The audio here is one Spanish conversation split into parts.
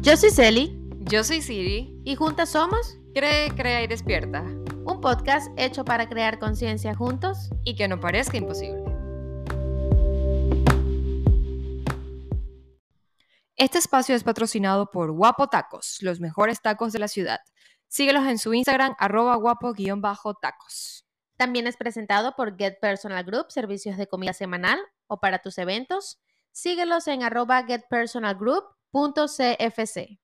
Yo soy Celi Yo soy Siri. y juntas somos Cree, crea y despierta. un podcast hecho para crear conciencia juntos. Y que no parezca imposible. Este espacio es patrocinado por Guapo Tacos, los mejores tacos de la ciudad. Síguelos en su Instagram, @guapo_tacos. También es presentado por Get Personal Group, servicios de comida semanal o para tus eventos. Síguelos en @getpersonalgroup.cfc.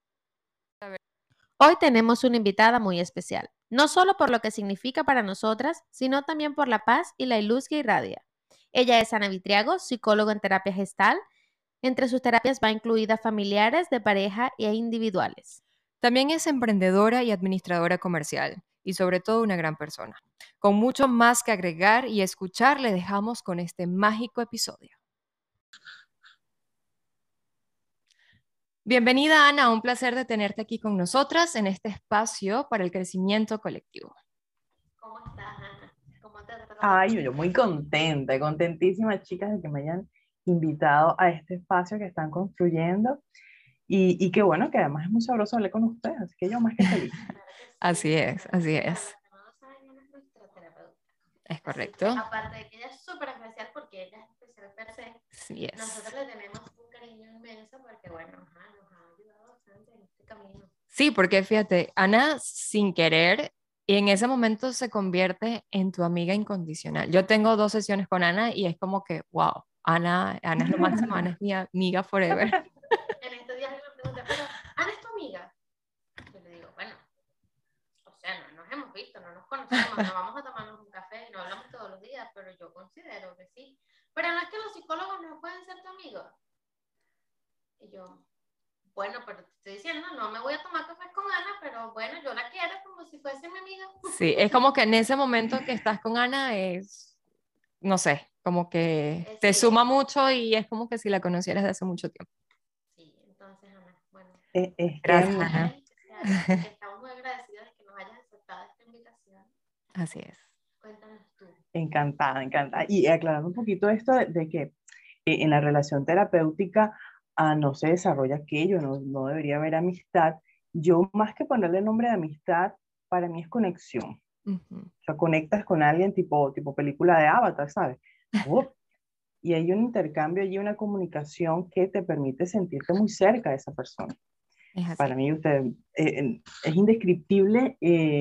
Hoy tenemos una invitada muy especial, no solo por lo que significa para nosotras, sino también por la paz y la luz que irradia. Ella es Ana Vitriago, psicóloga en terapia gestal. Entre sus terapias va incluidas familiares, de pareja e individuales. También es emprendedora y administradora comercial, y sobre todo una gran persona. Con mucho más que agregar y escuchar, le dejamos con este mágico episodio. Bienvenida, Ana, un placer de tenerte aquí con nosotras en este espacio para el crecimiento colectivo. ¿Cómo estás, Ana? ¿Cómo te trata? Ay, yo muy contenta, contentísima, chicas, de que me hayan invitado a este espacio que están construyendo y qué bueno, que además es muy sabroso hablar con ustedes, así que yo más que feliz. Así es, así es. Para los que no lo saben, ella es nuestra terapeuta. Es Así correcto. que, aparte de que ella es súper especial porque ella es especial per se, Sí es. nosotros le tenemos un cariño inmenso porque, bueno, nos ha ayudado bastante en este camino. Sí, porque fíjate, Ana sin querer y en ese momento se convierte en tu amiga incondicional. Yo tengo 2 sesiones con Ana y es como que, wow, Ana es lo máximo, Ana es mi amiga forever. En estos días me pregunté, pero ¿Ana es tu amiga? Yo le digo, bueno, o sea, no nos hemos visto, no nos conocemos, no vamos a tomarnos un café, no hablamos todos los días, pero yo considero que sí. Pero no es que los psicólogos no pueden ser tu amigo. Y yo, bueno, pero te estoy diciendo, no me voy a tomar café con Ana, pero bueno, yo la quiero como si fuese mi amiga. Sí, es como que en ese momento que estás con Ana es, no sé, como que te Sí. suma mucho y es como que si la conocieras de hace mucho tiempo. Sí, entonces, Ana, bueno. Es Gracias, que Ana. Estamos muy agradecidos de que nos hayas aceptado esta invitación. Así es. Cuéntanos tú. encantada, encantada. Y aclarando un poquito esto de que en la relación terapéutica no se desarrolla aquello, no debería haber amistad. Yo más que ponerle nombre de amistad, para mí es conexión. Ujú. O sea, conectas con alguien tipo película de Avatar, ¿sabes? ¡Uf! Y hay un intercambio, hay una comunicación que te permite sentirte muy cerca de esa persona. Es así. Para mí es indescriptible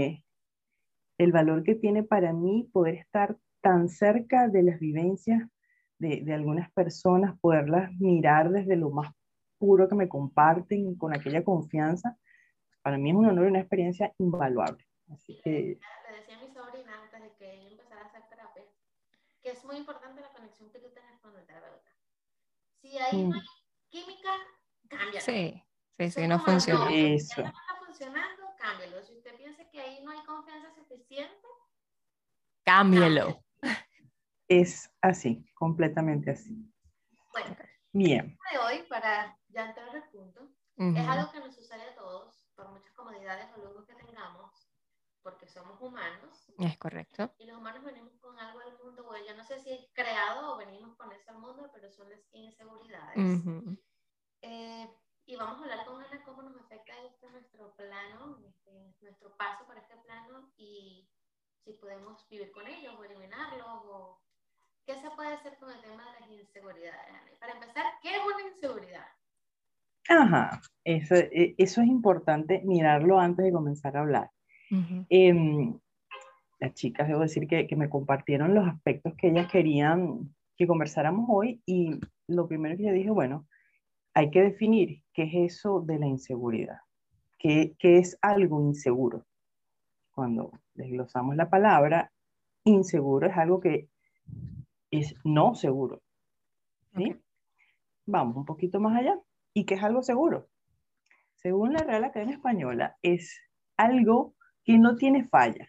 el valor que tiene para mí poder estar tan cerca de las vivencias de algunas personas, poderlas mirar desde lo más puro que me comparten, con aquella confianza. Para mí es un honor y una experiencia invaluable. Así que Le decía a mi sobrina antes de que ella empezara a hacer terapia, que es muy importante la conexión que tú tengas con el terapeuta. Si ahí no hay química, cámbialo. Sí, Son no como los funciona. novios. Si eso, algo no está funcionando, cámbialo. Si usted piensa que ahí no hay confianza suficiente, Cámbielo. es así, completamente así. bueno, Bien. de hoy, para ya entrar al punto, es algo que nos sucede a todos, por muchas comodidades o lujos que tengamos, porque somos humanos. Es correcto. Y los humanos venimos con algo al mundo, bueno, yo no sé si es creado o venimos con eso al mundo, pero son las inseguridades. Ujú. Y vamos a hablar con Ana cómo nos afecta esto en nuestro plano, nuestro paso por este plano y si podemos vivir con ellos o eliminarlos o qué se puede hacer con el tema de las inseguridades, Ana. Y para empezar, ¿qué es una inseguridad? Ajá, eso es importante mirarlo antes de comenzar a hablar. Ujú. Las chicas, debo decir que me compartieron los aspectos que ellas querían que conversáramos hoy y lo primero que yo dije, bueno, hay que definir qué es eso de la inseguridad, qué es algo inseguro. Cuando desglosamos la palabra, inseguro es algo que es no seguro, ¿sí? Ok. Vamos un poquito más allá. ¿Y qué es algo seguro? Según la Real Academia Española, es algo que no tiene falla,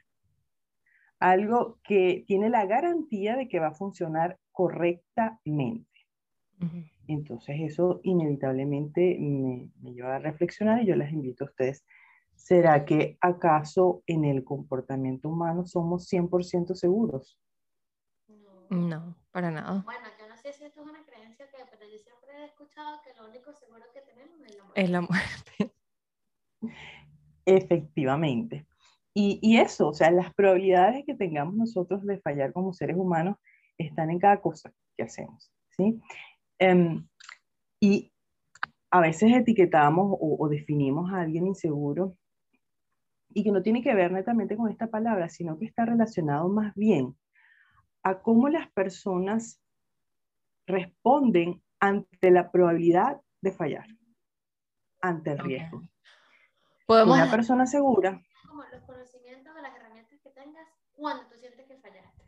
algo que tiene la garantía de que va a funcionar correctamente. Ujú. Entonces eso inevitablemente me lleva a reflexionar y yo les invito a ustedes. ¿Será que acaso en el comportamiento humano somos 100% seguros? No. No, para nada. Bueno, yo no sé sé si esto es una creencia que, pero yo siempre he escuchado que lo único seguro que tenemos es la Es muerte. la muerte. Efectivamente. Y eso, o sea, las probabilidades que tengamos nosotros de fallar como seres humanos están en cada cosa que hacemos, ¿sí? Em, y a veces etiquetamos o definimos a alguien inseguro y que no tiene que ver netamente con esta palabra, sino que está relacionado más bien a cómo las personas responden ante la probabilidad de fallar, ante el Ok. riesgo. Podemos, Una persona segura, Como los conocimientos de las herramientas que tengas cuando tú sientes que fallaste.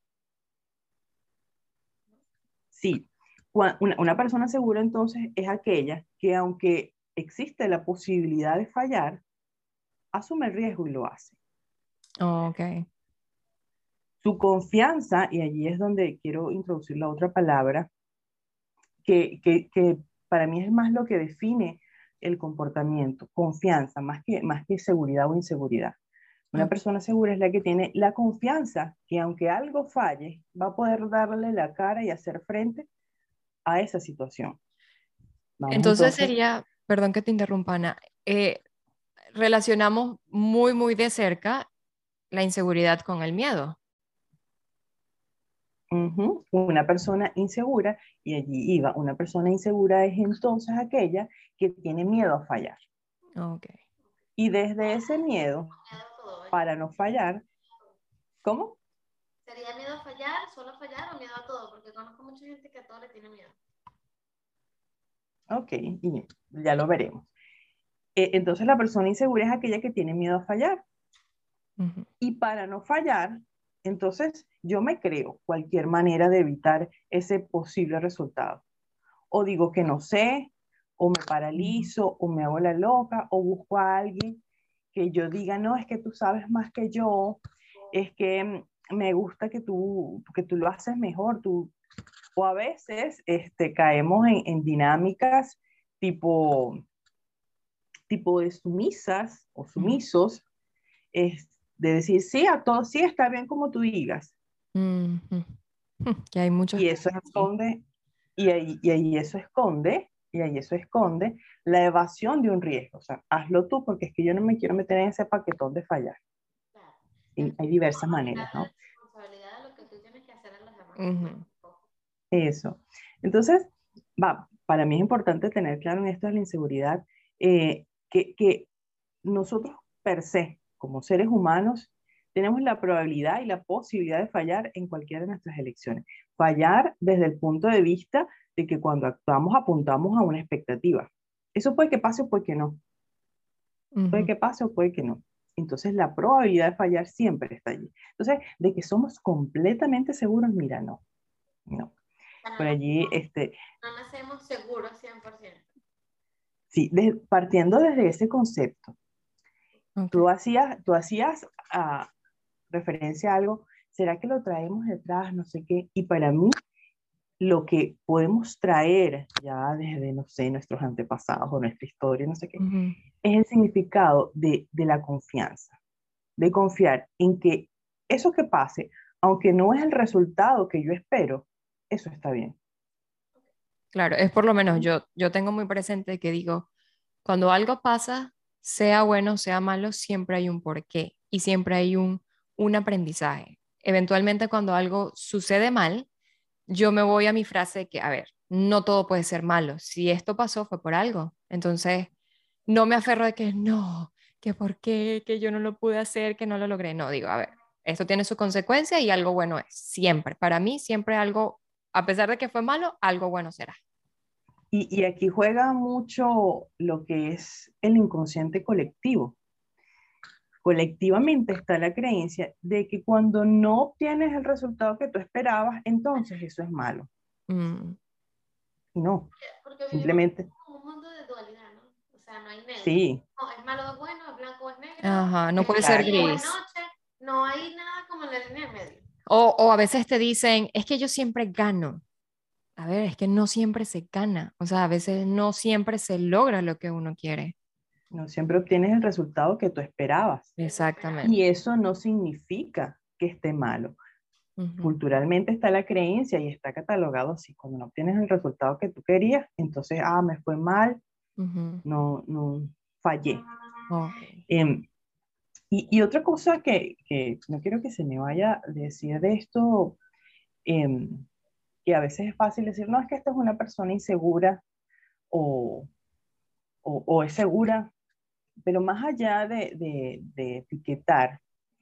sí, una persona segura entonces es aquella que aunque existe la posibilidad de fallar, asume el riesgo y lo hace. ok. Su confianza, y allí es donde quiero introducir la otra palabra, que para mí es más lo que define el comportamiento, confianza, más que seguridad o inseguridad. Una Ok. persona segura es la que tiene la confianza que aunque algo falle, va a poder darle la cara y hacer frente a esa situación. Vamos Entonces entonces. sería, perdón que te interrumpa, Ana, relacionamos muy, muy de cerca la inseguridad con el miedo. Ujú, una persona insegura, y allí iba, una persona insegura es entonces aquella que tiene miedo a fallar. Ok. Y desde ese miedo, Miedo a todo, ¿eh? para no fallar, ¿cómo? ¿Sería miedo a fallar, solo a fallar o miedo a todo? Porque conozco mucha gente que a todo le tiene miedo. Ok, y ya lo veremos. Entonces la persona insegura es aquella que tiene miedo a fallar. Ujú. Y para no fallar, entonces yo me creo cualquier manera de evitar ese posible resultado. O digo que no sé, o me paralizo, o me hago la loca, o busco a alguien que yo diga, no, es que tú sabes más que yo, es que me gusta que tú lo haces mejor, tú. O a veces caemos en dinámicas tipo, tipo de sumisas o Ujú. sumisos, de decir sí a todo, sí está bien como tú digas. Ujú. Que hay muchos Y eso casos así. esconde, y ahí eso esconde la evasión de un riesgo. O sea, hazlo tú porque es que yo no me quiero meter en ese paquetón de fallar. Claro. Y hay diversas maneras, La ¿no? responsabilidad de lo que tú tienes que hacer a los demás. Ujú. Eso. Entonces, para mí es importante tener claro en esto de la inseguridad, que nosotros per se, como seres humanos, tenemos la probabilidad y la posibilidad de fallar en cualquiera de nuestras elecciones. Fallar desde el punto de vista de que cuando actuamos apuntamos a una expectativa. Eso puede que pase o puede que no. Puede Ujú. que pase o puede que no. Entonces la probabilidad de fallar siempre está allí. Entonces, de que somos completamente seguros, mira, no, no. O sea, Por allí, no nacemos seguros 100%. sí, partiendo desde ese concepto, Ok. tú hacías referencia a algo, ¿será que lo traemos detrás? No sé qué. Y para mí, lo que podemos traer ya desde, no sé, nuestros antepasados o nuestra historia, no sé qué, Ujú. es el significado de la confianza, de confiar en que eso que pase, aunque no es el resultado que yo espero, eso está bien. Claro, es por lo menos yo tengo muy presente que digo, cuando algo pasa, sea bueno, sea malo, siempre hay un porqué y siempre hay un aprendizaje. Eventualmente cuando algo sucede mal, yo me voy a mi frase de que, a ver, no todo puede ser malo. Si esto pasó fue por algo. Entonces, no me aferro de que no, que por qué, que yo no lo pude hacer, que no lo logré. No, digo, a ver, esto tiene su consecuencia y algo bueno es. Siempre, para mí, siempre algo, a pesar de que fue malo, algo bueno será. Y aquí juega mucho lo que es el inconsciente colectivo. Colectivamente está la creencia de que cuando no obtienes el resultado que tú esperabas, entonces eso es malo. Mm, Y no, Porque vivimos simplemente, en un mundo de dualidad, ¿no? O sea, no hay neutro. sí, No, es malo o es bueno, es blanco o es negro, ajá, no puede es ser claro, día o es gris. noche. No hay nada como en la línea de medio. O a veces te dicen, es que yo siempre gano. A ver, es que no siempre se gana. O sea, a veces no siempre se logra lo que uno quiere. no siempre obtienes el resultado que tú esperabas. Y Exactamente. eso no significa que esté malo. Ujú, Culturalmente está la creencia y está catalogado así. Cuando no obtienes el resultado que tú querías, entonces, me fue mal, ujú. no fallé. Ok. Em, y otra cosa que no quiero que se me vaya a decir de esto, em, que a veces es fácil decir, no, es que esta es una persona insegura o, o es segura, pero más allá de etiquetar,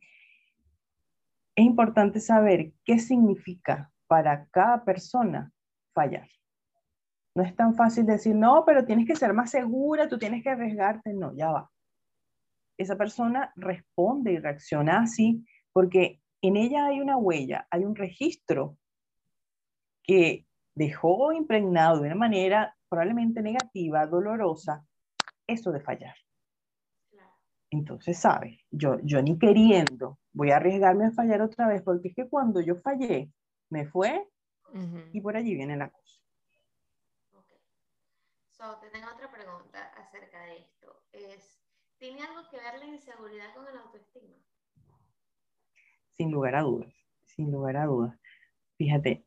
es importante saber qué significa para cada persona fallar. No es tan fácil decir, no, pero tienes que ser más segura, tú tienes que arriesgarte. No, ya va. Esa persona responde y reacciona así porque en ella hay una huella, hay un registro que dejó impregnado de una manera probablemente negativa, dolorosa, eso de fallar. Claro. Entonces, ¿sabes? Yo ni queriendo voy a arriesgarme a fallar otra vez, porque es que cuando yo fallé, me fue y Ujú. por allí viene la cosa. Ok. So, te tengo otra pregunta acerca de esto. ¿Tiene algo que ver la inseguridad con el autoestima? Sin lugar a dudas, sin lugar a dudas. Fíjate,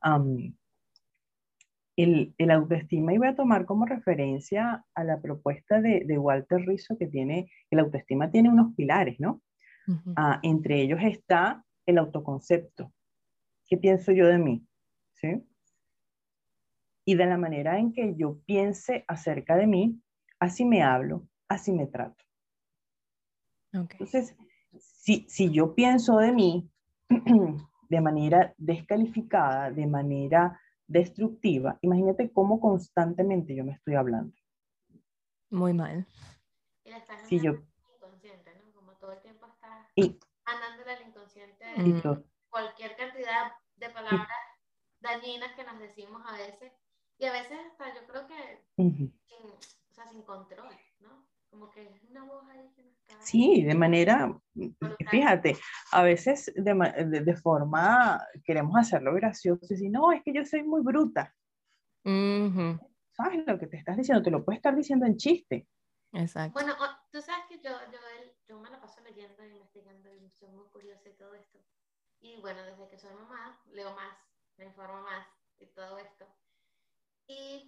el autoestima, y voy a tomar como referencia a la propuesta de Walter Rizzo, que tiene, el autoestima tiene unos pilares, ¿no? Ujú. Entre ellos está el autoconcepto. ¿Qué pienso yo de mí? ¿Sí? Y de la manera en que yo piense acerca de mí, así me hablo, así me trato. Ok. Entonces, si yo pienso de mí de manera descalificada, de manera destructiva, imagínate cómo constantemente yo me estoy hablando. Muy mal. Y le estás Si enviando yo, al inconsciente, ¿no? Como todo el tiempo estás y, mandándole al inconsciente y, Mm, to- cualquier cantidad de y- palabras dañinas que nos decimos a veces. Y a veces hasta yo creo que ujú. o sea, sin control, ¿no? Como que es una voz ahí que nos está Sí, de manera, brutal. fíjate, a veces de forma queremos hacerlo gracioso y decir, no, es que yo soy muy bruta. ujú. ¿Sabes lo que te estás diciendo? Te lo puedes estar diciendo en chiste. Exacto. Bueno, tú sabes que yo me la paso leyendo e investigando y soy muy curiosa y todo esto. Y bueno, desde que soy mamá, leo más, me informo más y todo esto. Y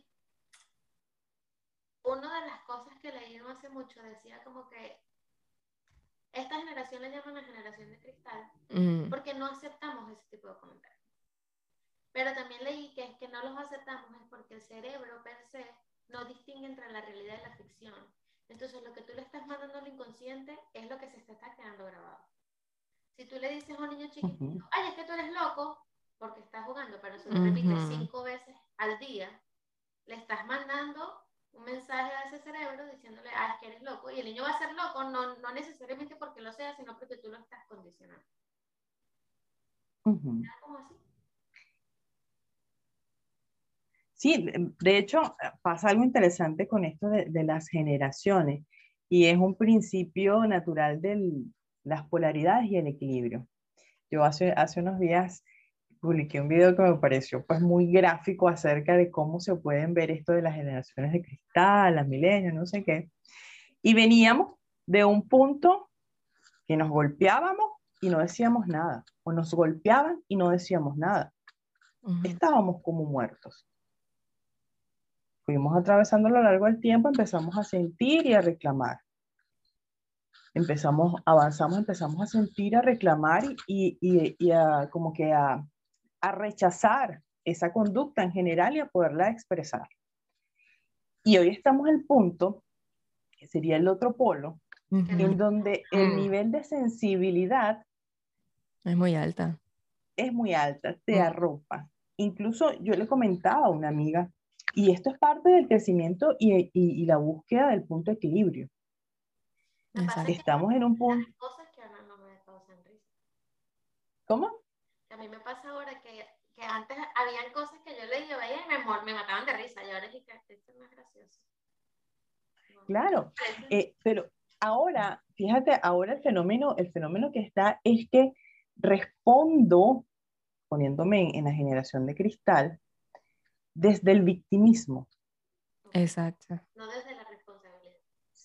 una de las cosas que leí no hace mucho decía como que esta generación le llaman la generación de cristal Mm, porque no aceptamos ese tipo de comentarios. Pero también leí que es que no los aceptamos es porque el cerebro per se no distingue entre la realidad y la ficción. Entonces lo que tú le estás mandando al inconsciente es lo que se está quedando grabado. Si tú le dices a un niño Ujú, chiquitito, ay, es que tú eres loco porque estás jugando, pero se lo repites ujú. 5 veces al día, le estás mandando un mensaje a ese cerebro diciéndole, es que eres loco. Y el niño va a ser loco, no necesariamente porque lo sea, sino porque tú lo estás condicionando. ujú. ¿Era como así? Sí, de hecho, pasa algo interesante con esto de las generaciones y es un principio natural de las polaridades y el equilibrio. Yo hace unos días publiqué un video que me pareció pues muy gráfico acerca de cómo se pueden ver esto de las generaciones de cristal, las milenios, no sé qué. Y veníamos de un punto que nos golpeábamos y no decíamos nada, o nos golpeaban y no decíamos nada. Ujú. Estábamos como muertos. Fuimos atravesando a lo largo del tiempo, empezamos a sentir y a reclamar. Avanzamos, empezamos a sentir, a reclamar y a, como que a rechazar esa conducta en general y a poderla expresar. Y hoy estamos en el punto, que sería el otro polo, Que Ujú. en donde el Mm, nivel de sensibilidad es muy alta. es muy alta, te Mm, arropa. Incluso yo le comentaba a una amiga, y esto es parte del crecimiento y la búsqueda del punto de equilibrio. me pasa que exacto. Estamos en un punto, hay cosas que ahora no me causan risa. ¿cómo? A mí me pasa ahora que antes habían cosas que yo leía, veía y me mataban de risa. Y ahora es que esto es más gracioso. No. Claro, Eso, pero ahora, fíjate, ahora el fenómeno que está es que respondo, poniéndome en la generación de cristal, desde el victimismo, okay. Exacto. No desde la responsabilidad.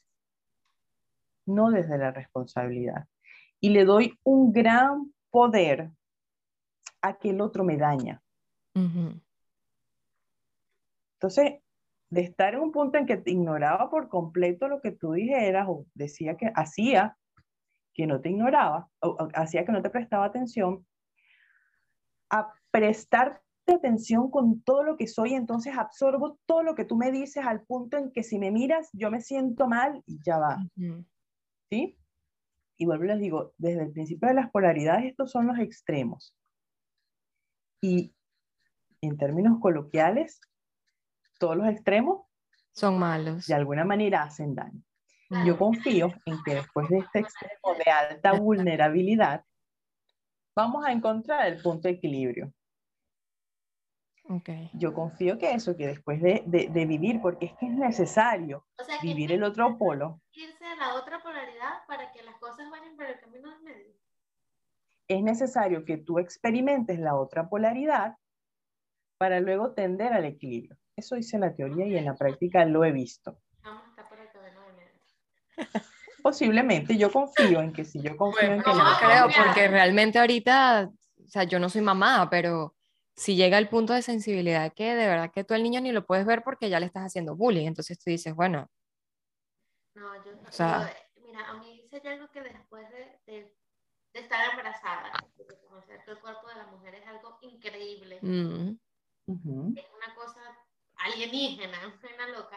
no desde la responsabilidad. Y le doy un gran poder aquel otro me daña. Ujú. Entonces, de estar en un punto en que te ignoraba por completo lo que tú dijeras o decía que hacía, que no te ignoraba, o hacía que no te prestaba atención, a prestarte atención con todo lo que soy, entonces absorbo todo lo que tú me dices al punto en que si me miras, yo me siento mal y ya va, Ujú. ¿sí? Y vuelvo y les digo, desde el principio de las polaridades, estos son los extremos. Y en términos coloquiales, todos los extremos Son malos. de alguna manera hacen daño. Yo Ujú. confío en que después de este extremo de alta vulnerabilidad, vamos a encontrar el punto de equilibrio. Okay. Yo confío que eso, que después de vivir, porque es que es necesario O sea, que vivir el otro polo, irse a la otra polaridad para que las cosas vayan por el camino del medio. es necesario que tú experimentes la otra polaridad para luego tender al equilibrio. Eso dice la teoría y en la práctica lo he visto. Vamos a estar por el camino del medio. Posiblemente yo confío en que si yo confío en que Yo no nosotros creo, confiar. porque realmente ahorita, o sea, yo no soy mamá, pero si llega el punto de sensibilidad que de verdad que tú al niño ni lo puedes ver porque ya le estás haciendo bullying, entonces tú dices, bueno, No, o sea, mira, a mí dice algo que después de estar embarazada, de conocer que el cuerpo de la mujer es algo increíble, mm, uh-huh. es una cosa alienígena, una loca,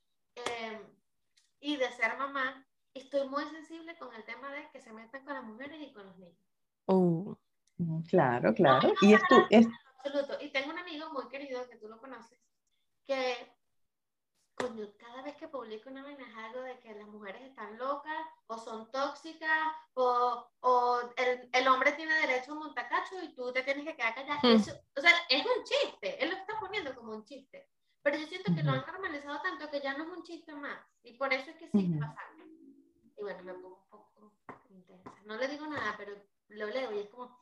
y de ser mamá, estoy muy sensible con el tema de que se metan con las mujeres y con los niños. uh, Claro, No claro. me Y pasa esto nada es, en absoluto. Y tengo un amigo muy querido que tú lo conoces, que coño, cada vez que publico una vaina es algo de que las mujeres están locas o son tóxicas o el hombre tiene derecho a un montacacho y tú te tienes que quedar callada. Eso, o sea, es un chiste, él lo está poniendo como un chiste. Pero yo siento que lo han normalizado tanto que ya no es un chiste más. Y por eso es que sigue pasando. Y bueno, me pongo un poco intensa. No le digo nada, pero lo leo y es como...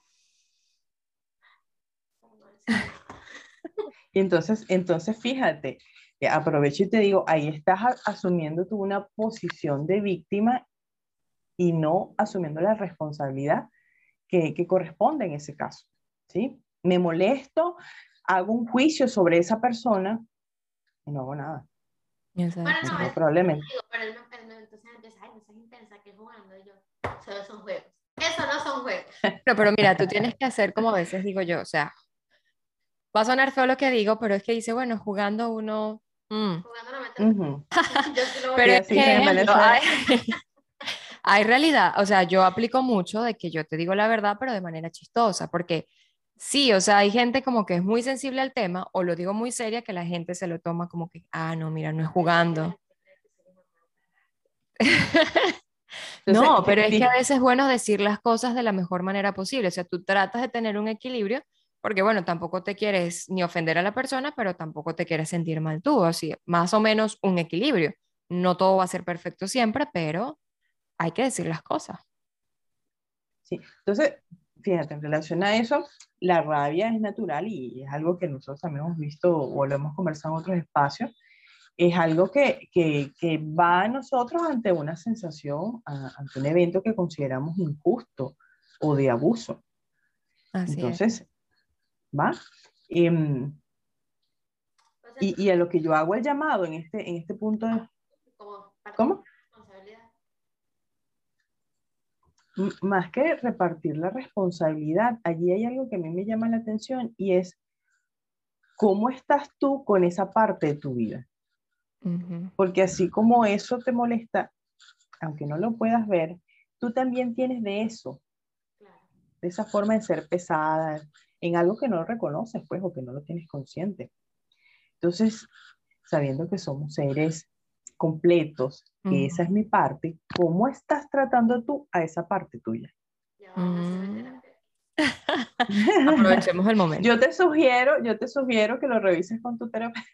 No decir nada. y entonces fíjate, aprovecho y te digo, ahí estás asumiendo tú una posición de víctima y no asumiendo la responsabilidad que corresponde en ese caso, ¿sí? Me molesto, hago un juicio sobre esa persona y no hago nada. Bueno, exacto. no, Muy es probablemente. digo, pero entonces empieza, ay, no seas intensa, que jugando. Y yo, solo son juegos. Eso no son juegos. Pero mira, tú tienes que hacer como a veces digo yo, o sea, va a sonar feo lo que digo, pero es que dice, bueno, jugando uno, Jugando no metes. Uh-huh. Yo sí lo voy pero Sí, a es así dicen que, en ejemplo, Venezuela. hay realidad, o sea, yo aplico mucho de que yo te digo la verdad, pero de manera chistosa, porque sí, o sea, hay gente como que es muy sensible al tema, o lo digo muy seria, que la gente se lo toma como que, ah, no, mira, no es jugando. Entonces, No, pero es que a veces es bueno decir las cosas de la mejor manera posible, o sea, tú tratas de tener un equilibrio, porque bueno, tampoco te quieres ni ofender a la persona, pero tampoco te quieres sentir mal tú, así, más o menos un equilibrio. No todo va a ser perfecto siempre, pero hay que decir las cosas. sí. Entonces, fíjate, en relación a eso, la rabia es natural y es algo que nosotros también hemos visto o lo hemos conversado en otros espacios. Es algo que va a nosotros ante una sensación, ante un evento que consideramos injusto o de abuso. Así es. Entonces, ¿va? Em, O sea, y a lo que yo hago el llamado en este punto, como parte de ¿cómo? la responsabilidad. Más que repartir la responsabilidad, allí hay algo que a mí me llama la atención y es cómo estás tú con esa parte de tu vida. Ujú. Porque así como eso te molesta, aunque no lo puedas ver, tú también tienes de eso, Claro. de esa forma de ser pesada, en algo que no reconoces, pues, o que no lo tienes consciente. Entonces, sabiendo que somos seres completos, que esa es Ujú. mi parte, ¿cómo estás tratando tú a esa parte tuya? Ya vamos a hacer Mm. terapia. Aprovechemos el momento. Yo te sugiero que lo revises con tu terapeuta.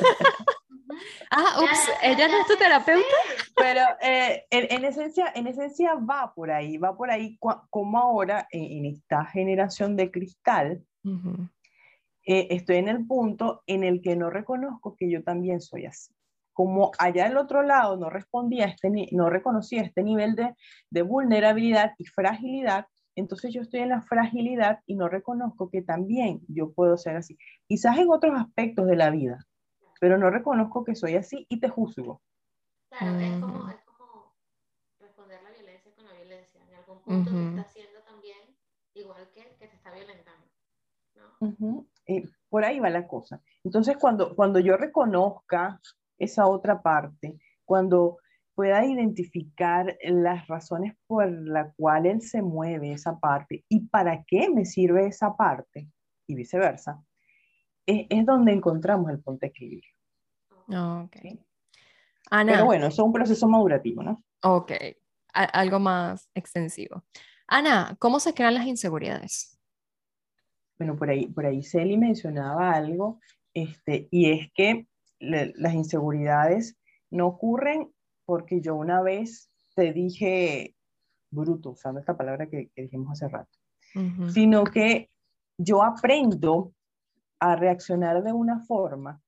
Ah, Ya, ups, ya, ¿ella no ya es tu terapeuta? sé. Pero en esencia va por ahí, como ahora en esta generación de cristal, Ujú. estoy en el punto en el que no reconozco que yo también soy así. Como allá del otro lado no respondía no reconocía este nivel de vulnerabilidad y fragilidad, entonces yo estoy en la fragilidad y no reconozco que también yo puedo ser así. Quizás en otros aspectos de la vida, pero no reconozco que soy así y te juzgo. Claro, es como responder la violencia con la violencia. En algún punto te está haciendo también igual que te está violentando, ¿no? Por ahí va la cosa. Entonces, cuando yo reconozca esa otra parte, cuando pueda identificar las razones por las cuales él se mueve esa parte y para qué me sirve esa parte, y viceversa, es donde encontramos el punto de equilibrio. Ok. ¿Sí? Ana, Pero bueno, eso es un proceso madurativo, ¿no? ok, algo más extensivo. Ana, ¿cómo se crean las inseguridades? Bueno, por ahí Celi mencionaba algo, y es que las inseguridades no ocurren porque yo una vez te dije bruto, usando esta palabra que dijimos hace rato, sino que yo aprendo a reaccionar de una forma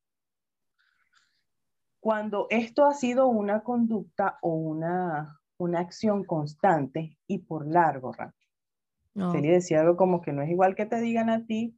cuando esto ha sido una conducta o una acción constante y por largo rato. No. Celi decía algo como que no es igual que te digan a ti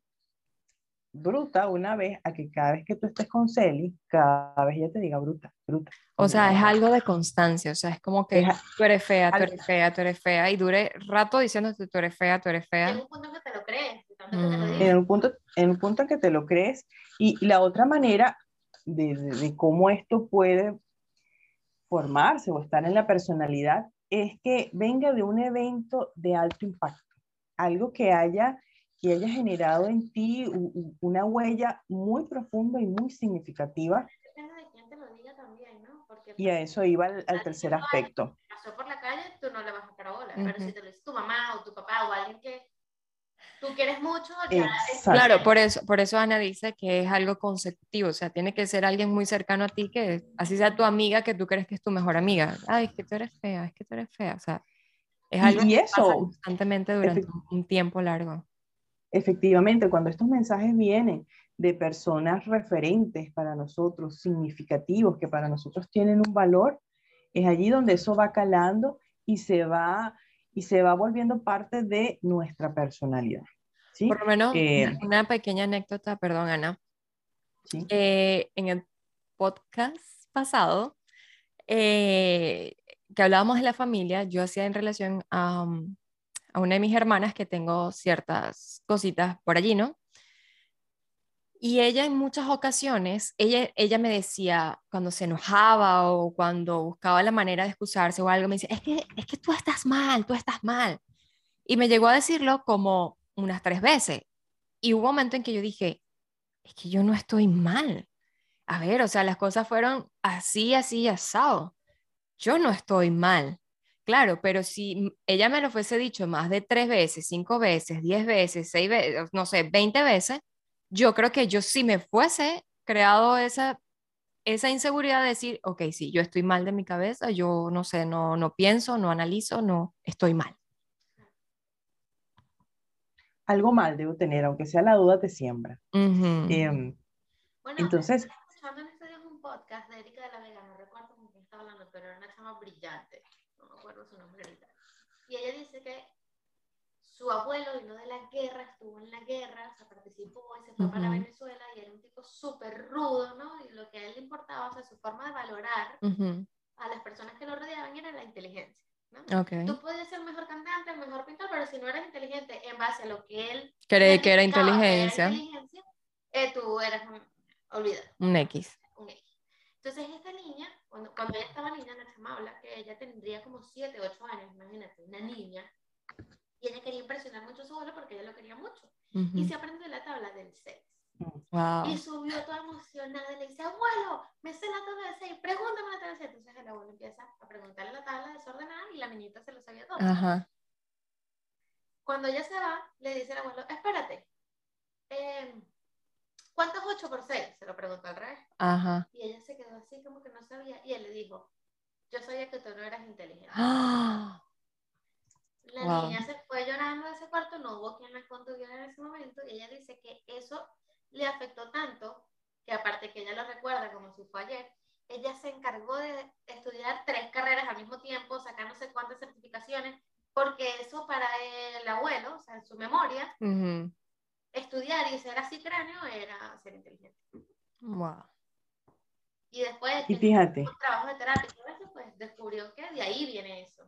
bruta una vez a que cada vez que tú estés con Celi, cada vez ella te diga bruta, bruta. O sea, es algo de constancia, o sea, es como que Es tú eres fea, tú al- eres fea, tú eres fea, y dure rato diciéndote tú eres fea, tú eres Llega fea. un punto en que te lo crees, de tanto que te lo Mm, en dicen. un punto en que te lo crees. Y la otra manera de cómo esto puede formarse o estar en la personalidad es que venga de un evento de alto impacto, algo que haya generado en ti una huella muy profunda y muy significativa. Depende de quién te lo diga también, ¿no? Porque Y a eso iba al tercer diciendo a alguien aspecto. que pasó por la calle, tú no le vas a parar bola. Pero si ujú. te lo dice tu mamá o tu papá o alguien que tú quieres mucho, ya es Exacto. Claro, por eso Ana dice que es algo consecutivo, o sea, tiene que ser alguien muy cercano a ti, que así sea tu amiga, que tú crees que es tu mejor amiga. Ay, es que tú eres fea, es que tú eres fea, o sea, es algo Y que pasa eso, constantemente durante un tiempo largo. efectivamente, cuando estos mensajes vienen de personas referentes para nosotros, significativos, que para nosotros tienen un valor, es allí donde eso va calando y se va volviendo parte de nuestra personalidad. ¿Sí? Por lo menos Eh, una pequeña anécdota, perdón, Ana. ¿Sí? En el podcast pasado, eh, que hablábamos de la familia, yo hacía en relación a una de mis hermanas que tengo ciertas cositas por allí, ¿no? Y ella en muchas ocasiones, ella me decía, cuando se enojaba o cuando buscaba la manera de excusarse o algo, me decía, es que tú estás mal, tú estás mal. Y me llegó a decirlo como unas 3 veces. Y hubo un momento en que yo dije, es que yo no estoy mal. A ver, o sea, las cosas fueron así, así, asado. Yo no estoy mal. Claro, pero si ella me lo fuese dicho más de 3 veces, 5 veces, 10 veces, 6 veces, no sé, 20 veces, yo creo que yo sí me fuese creado esa inseguridad de decir, ok, sí, yo estoy mal de mi cabeza, yo no sé, no pienso, no analizo, no, estoy mal. Algo mal debo tener, aunque sea la duda te siembra. Ujú. Bueno, Entonces, estaba escuchando en estos días un podcast de Erika de la Vega, no recuerdo con quién estaba hablando, pero era una chama brillante, no me acuerdo su nombre ahorita. Y ella dice que su abuelo vino de la guerra, estuvo en la guerra, se participó y se fue para Ujú, Venezuela y era un tipo súper rudo, ¿no? Y lo que a él le importaba, o sea, su forma de valorar ujú. a las personas que lo rodeaban era la inteligencia, ¿no? Ok. Tú podías ser el mejor cantante, el mejor pintor, pero si no eras inteligente en base a lo que él Creí que era identificaba que era inteligencia, inteligencia, tú eras olvídalo, un X. un X. Entonces esta niña, cuando ella estaba niña, la chama habla que ella tendría como 7, 8 años, imagínate, una niña, y ella quería impresionar mucho a su abuelo porque ella lo quería mucho. Y Ujú. se aprendió la tabla del 6. Y Wow. subió toda emocionada y le dice, abuelo, me sé la tabla del 6, pregúntame la tabla del 6. Entonces el abuelo empieza a preguntarle la tabla desordenada y la niñita se lo sabía todo. Ajá. Cuando ella se va, le dice el abuelo, espérate, ¿cuánto es 8 por 6? Se lo preguntó al revés. Ajá. Y ella se quedó así como que no sabía. Y él le dijo, yo sabía que tú no eras inteligente. ¡Ah! La Wow. niña se fue llorando de ese cuarto, no hubo quien la contuviera en ese momento. Y ella dice que eso le afectó tanto que aparte que ella lo recuerda como si fue ayer, ella se encargó de estudiar 3 carreras al mismo tiempo, sacar no sé cuántas certificaciones Porque eso para el abuelo, o sea, en su memoria, Ujú. estudiar y ser así cráneo era ser inteligente. Wow. Y después Y que fíjate, con trabajo de terapia y todo eso, pues descubrió que de ahí viene eso.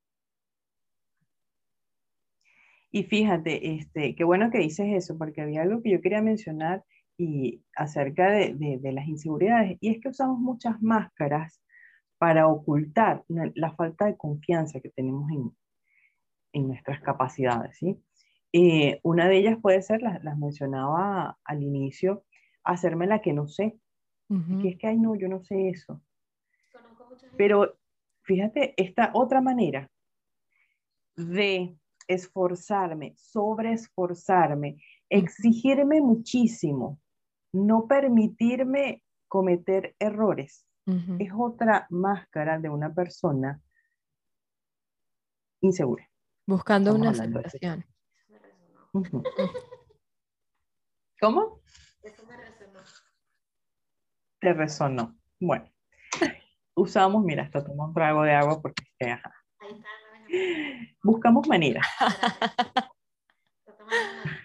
qué bueno que dices eso, porque había algo que yo quería mencionar y acerca de las inseguridades, y es que usamos muchas máscaras para ocultar la falta de confianza que tenemos en nuestras capacidades, ¿sí? Una de ellas puede ser, las mencionaba al inicio, hacerme la que no sé, que Ujú. es que, ay, no, yo no sé eso. Conozco mucha gente. Pero fíjate, esta otra manera de esforzarme, sobreesforzarme, exigirme muchísimo, no permitirme cometer errores, Ujú. es otra máscara de una persona insegura. Buscando Estamos una hablando de este tema. aceptación. Eso me resonó. Ujú. Mm. ¿Cómo? Eso me resonó. Te resonó. Bueno, usamos, mira, hasta tomo un trago de agua porque es que, ajá. Ahí está, no ves, amiga. Buscamos maneras, Está tomando nota.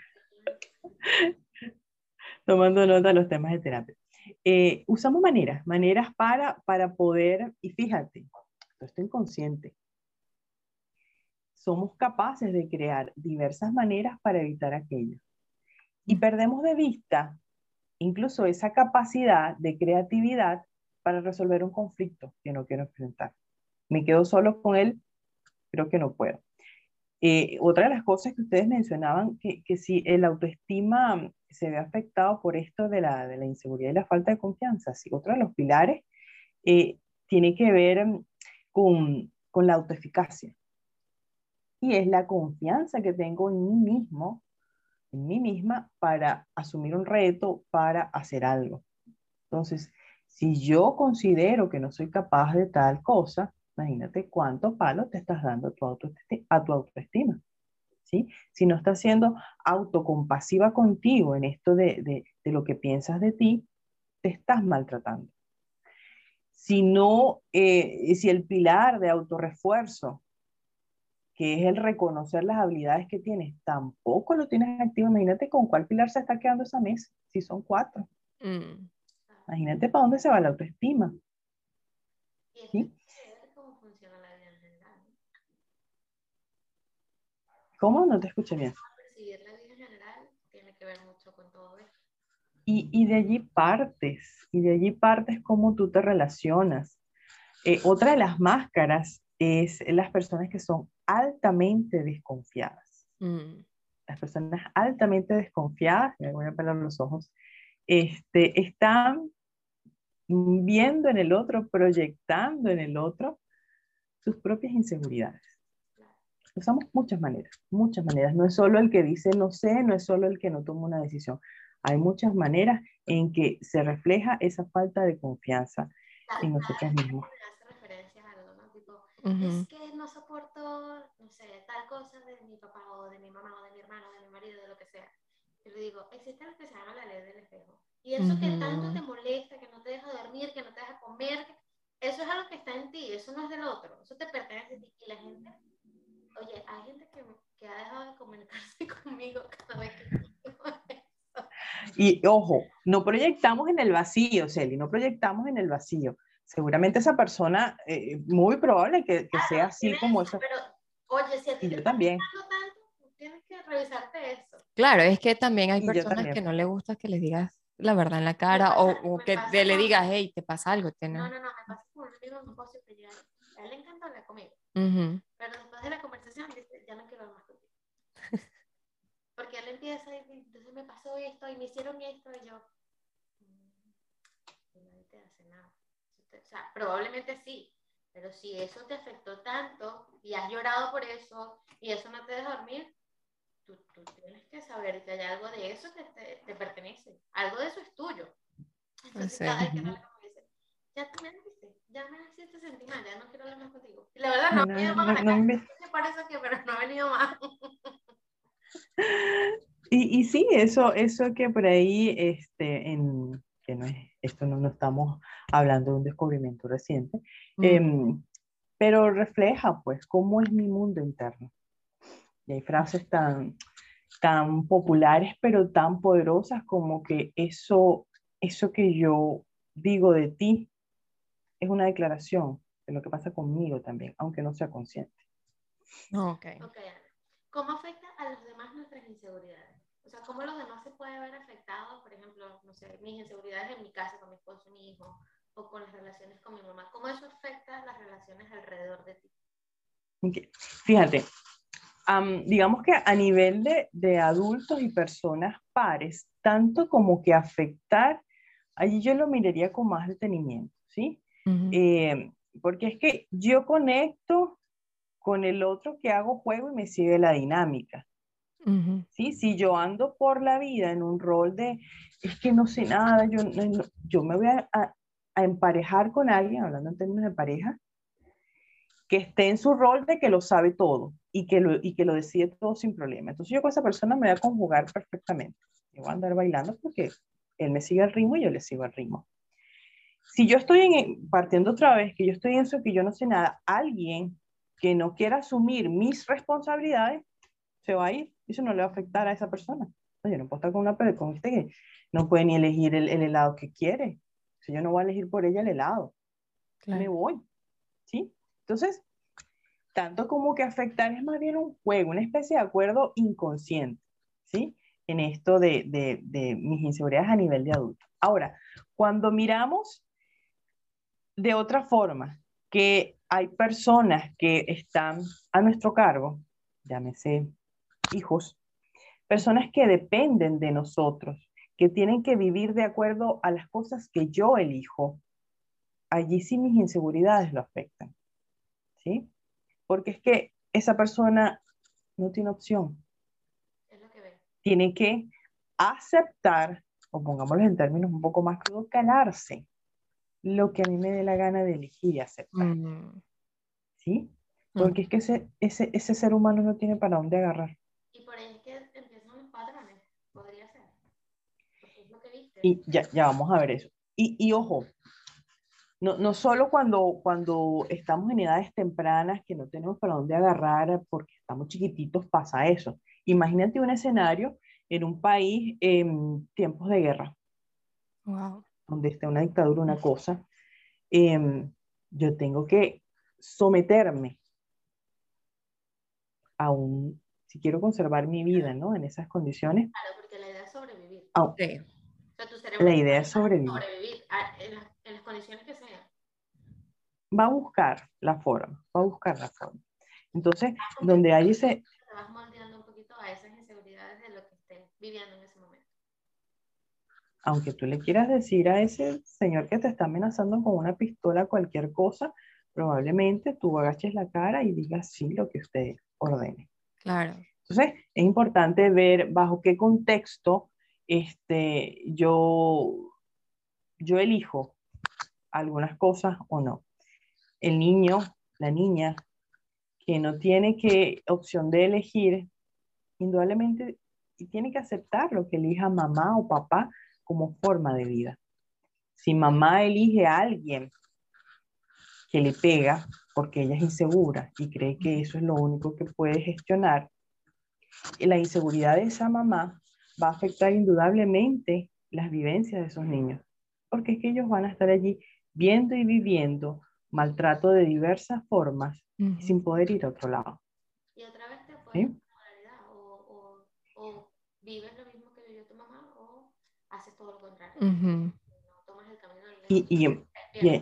tomando nota de los temas de terapia. Usamos maneras para poder, y fíjate, esto es inconsciente, somos capaces de crear diversas maneras para evitar aquello. Y perdemos de vista incluso esa capacidad de creatividad para resolver un conflicto que no quiero enfrentar. Me quedo solo con él, creo que no puedo. Otra de las cosas que ustedes mencionaban, que si el autoestima se ve afectado por esto de la inseguridad y la falta de confianza, sí, otro de los pilares eh, tiene que ver con la autoeficacia. Y es la confianza que tengo en mí mismo, en mí misma, para asumir un reto, para hacer algo. Entonces, si yo considero que no soy capaz de tal cosa, imagínate cuántos palos te estás dando a tu autoestima. ¿Sí? Si no estás siendo autocompasiva contigo en esto de lo que piensas de ti, te estás maltratando. Si no, si el pilar de autorrefuerzo, que es el reconocer las habilidades que tienes, tampoco lo tienes activo, imagínate con cuál pilar se está quedando esa mesa, si son 4. Mm. Imagínate para dónde se va la autoestima. Y es que ¿Sí? hay que ver cómo funciona la vida en general, ¿no? ¿Cómo? No te escuché bien. Percibir la vida en general tiene que ver mucho con todo esto. Y de allí partes cómo tú te relacionas. Otra de las máscaras es las personas que son altamente desconfiadas. Mm. Las personas altamente desconfiadas, me voy a pelar los ojos, están viendo en el otro, proyectando en el otro sus propias inseguridades. Usamos muchas maneras, muchas maneras. No es solo el que dice no sé, no es solo el que no toma una decisión. Hay muchas maneras en que se refleja esa falta de confianza en nosotros mismos. Me hace referencia a algo, ¿no? Tipo, Ujú. es que no soporto, no sé, tal cosa de mi papá o de mi mamá o de mi hermano o de mi marido, de lo que sea. Yo le digo, existe lo que se llama la ley del espejo. Y eso que tanto te Ujú. molesta, que no te deja dormir, que no te deja comer, eso es algo que está en ti, eso no es del otro, eso te pertenece a ti. Y la gente, oye, hay gente que ha dejado de comunicarse conmigo cada vez que yo digo eso. Y ojo, no proyectamos en el vacío, Celi, no proyectamos en el vacío. Seguramente esa persona, muy probable que sea Claro, así tiene como eso, eso. pero oye, si a ti Y te yo está también, afectando tanto, tienes que revisarte eso. Claro, es que también hay y yo personas que también. no le gusta que les digas la verdad en la Me cara pasa, o me que pasa le con... digas, hey, te pasa algo. No, me pasa con un amigo en un negocio que ya, a él le encanta hablar conmigo, Ujú. pero después de la conversación dice, ya no quiero hablar más contigo. Porque él empieza y dice, entonces me pasó esto y me hicieron esto y yo, y nadie te hace nada. O sea, probablemente sí, pero si eso te afectó tanto y has llorado por eso y eso no te deja dormir, tú tienes que saber que hay algo de eso que te pertenece, algo de eso es tuyo. Pues Entonces sí. cada vez que no le como dice, ya tú me dijiste, ya me hiciste sentir mal, ya no quiero hablar más contigo. Y la verdad no No, he venido no, más a no, la no casa, me... no sé por eso que, pero no he venido más. Y sí, eso que por ahí, que no es, esto no estamos hablando de un descubrimiento reciente, Mm. pero refleja pues cómo es mi mundo interno. Y hay frases tan populares, pero tan poderosas como que eso que yo digo de ti es una declaración de lo que pasa conmigo también, aunque no sea consciente. Ok. Ok, Ana. ¿Cómo afecta a los demás nuestras inseguridades? O sea, ¿cómo los demás se pueden ver afectados? Por ejemplo, no sé, mis inseguridades en mi casa, con mi esposo, mi hijo, o con las relaciones con mi mamá. ¿Cómo eso afecta las relaciones alrededor de ti? Okay. Fíjate, digamos que a nivel de adultos y personas pares, tanto como que afectar, allí yo lo miraría con más detenimiento, ¿sí? Ujú, Porque es que yo conecto con el otro que hago juego y me sigue la dinámica, ujú, ¿sí? Si yo ando por la vida en un rol de, es que no sé nada, yo me voy a emparejar con alguien, hablando en términos de pareja, que esté en su rol de que lo sabe todo y que lo decide todo sin problema. Entonces yo con esa persona me voy a conjugar perfectamente. Yo voy a andar bailando porque él me sigue el ritmo y yo le sigo el ritmo. Si yo estoy partiendo otra vez, que yo estoy en eso, que yo no sé nada, alguien que no quiera asumir mis responsabilidades, se va a ir y eso no le va a afectar a esa persona. Oye, no puedo estar con una persona con usted que no puede ni elegir el helado que quiere. Si yo no voy a elegir por ella el helado, me claro. voy, ¿sí? Entonces, tanto como que afectar es más bien un juego, una especie de acuerdo inconsciente, ¿sí? En esto de mis inseguridades a nivel de adulto. Ahora, cuando miramos de otra forma, que hay personas que están a nuestro cargo, llámese hijos, personas que dependen de nosotros, que tienen que vivir de acuerdo a las cosas que yo elijo, allí sí mis inseguridades lo afectan, ¿sí? Porque es que esa persona no tiene opción, Es lo que veo. tiene que aceptar, o pongámoslo en términos un poco más crudos, ganarse lo que a mí me dé la gana de elegir y aceptar, Mm, ¿sí? ok. Porque es que ese ser humano no tiene para dónde agarrar. Y por ahí es que empiezan los patrones. Podría ser. Porque es lo que viste. Y ya vamos a ver eso. Y ojo, no solo cuando estamos en edades tempranas que no tenemos para dónde agarrar porque estamos chiquititos pasa eso. Imagínate un escenario en un país en tiempos de guerra, Wow. donde está una dictadura, una cosa, yo tengo que someterme a si quiero conservar mi vida, ¿no? En esas condiciones, Claro, porque la idea es sobrevivir. a- Sí. O sea, tu cerebro la está idea ahí es para sobrevivir. sobrevivir en las condiciones que sean. Va a buscar la forma, va a buscar la forma. Entonces, Porque donde hay ese, te vas moldeando un poquito a esas inseguridades de lo que estés viviendo en ese momento. aunque tú le quieras decir a ese señor que te está amenazando con una pistola, cualquier cosa, probablemente tú agaches la cara y digas sí lo que usted ordene. Claro. Entonces, es importante ver bajo qué contexto yo elijo algunas cosas o no. El niño, la niña, que no tiene opción de elegir, indudablemente tiene que aceptar lo que elija mamá o papá como forma de vida. Si mamá elige a alguien que le pega porque ella es insegura y cree que eso es lo único que puede gestionar, la inseguridad de esa mamá va a afectar indudablemente las vivencias de esos niños, porque es que ellos van a estar allí viendo y viviendo maltrato de diversas formas Ujú, sin poder ir a otro lado. Y otra vez te apoyas en ¿Sí? tu moralidad o vives lo mismo que vivió tu mamá o haces todo lo contrario. ujú, No tomas el camino del Y, lejos. y, Pierdes. y,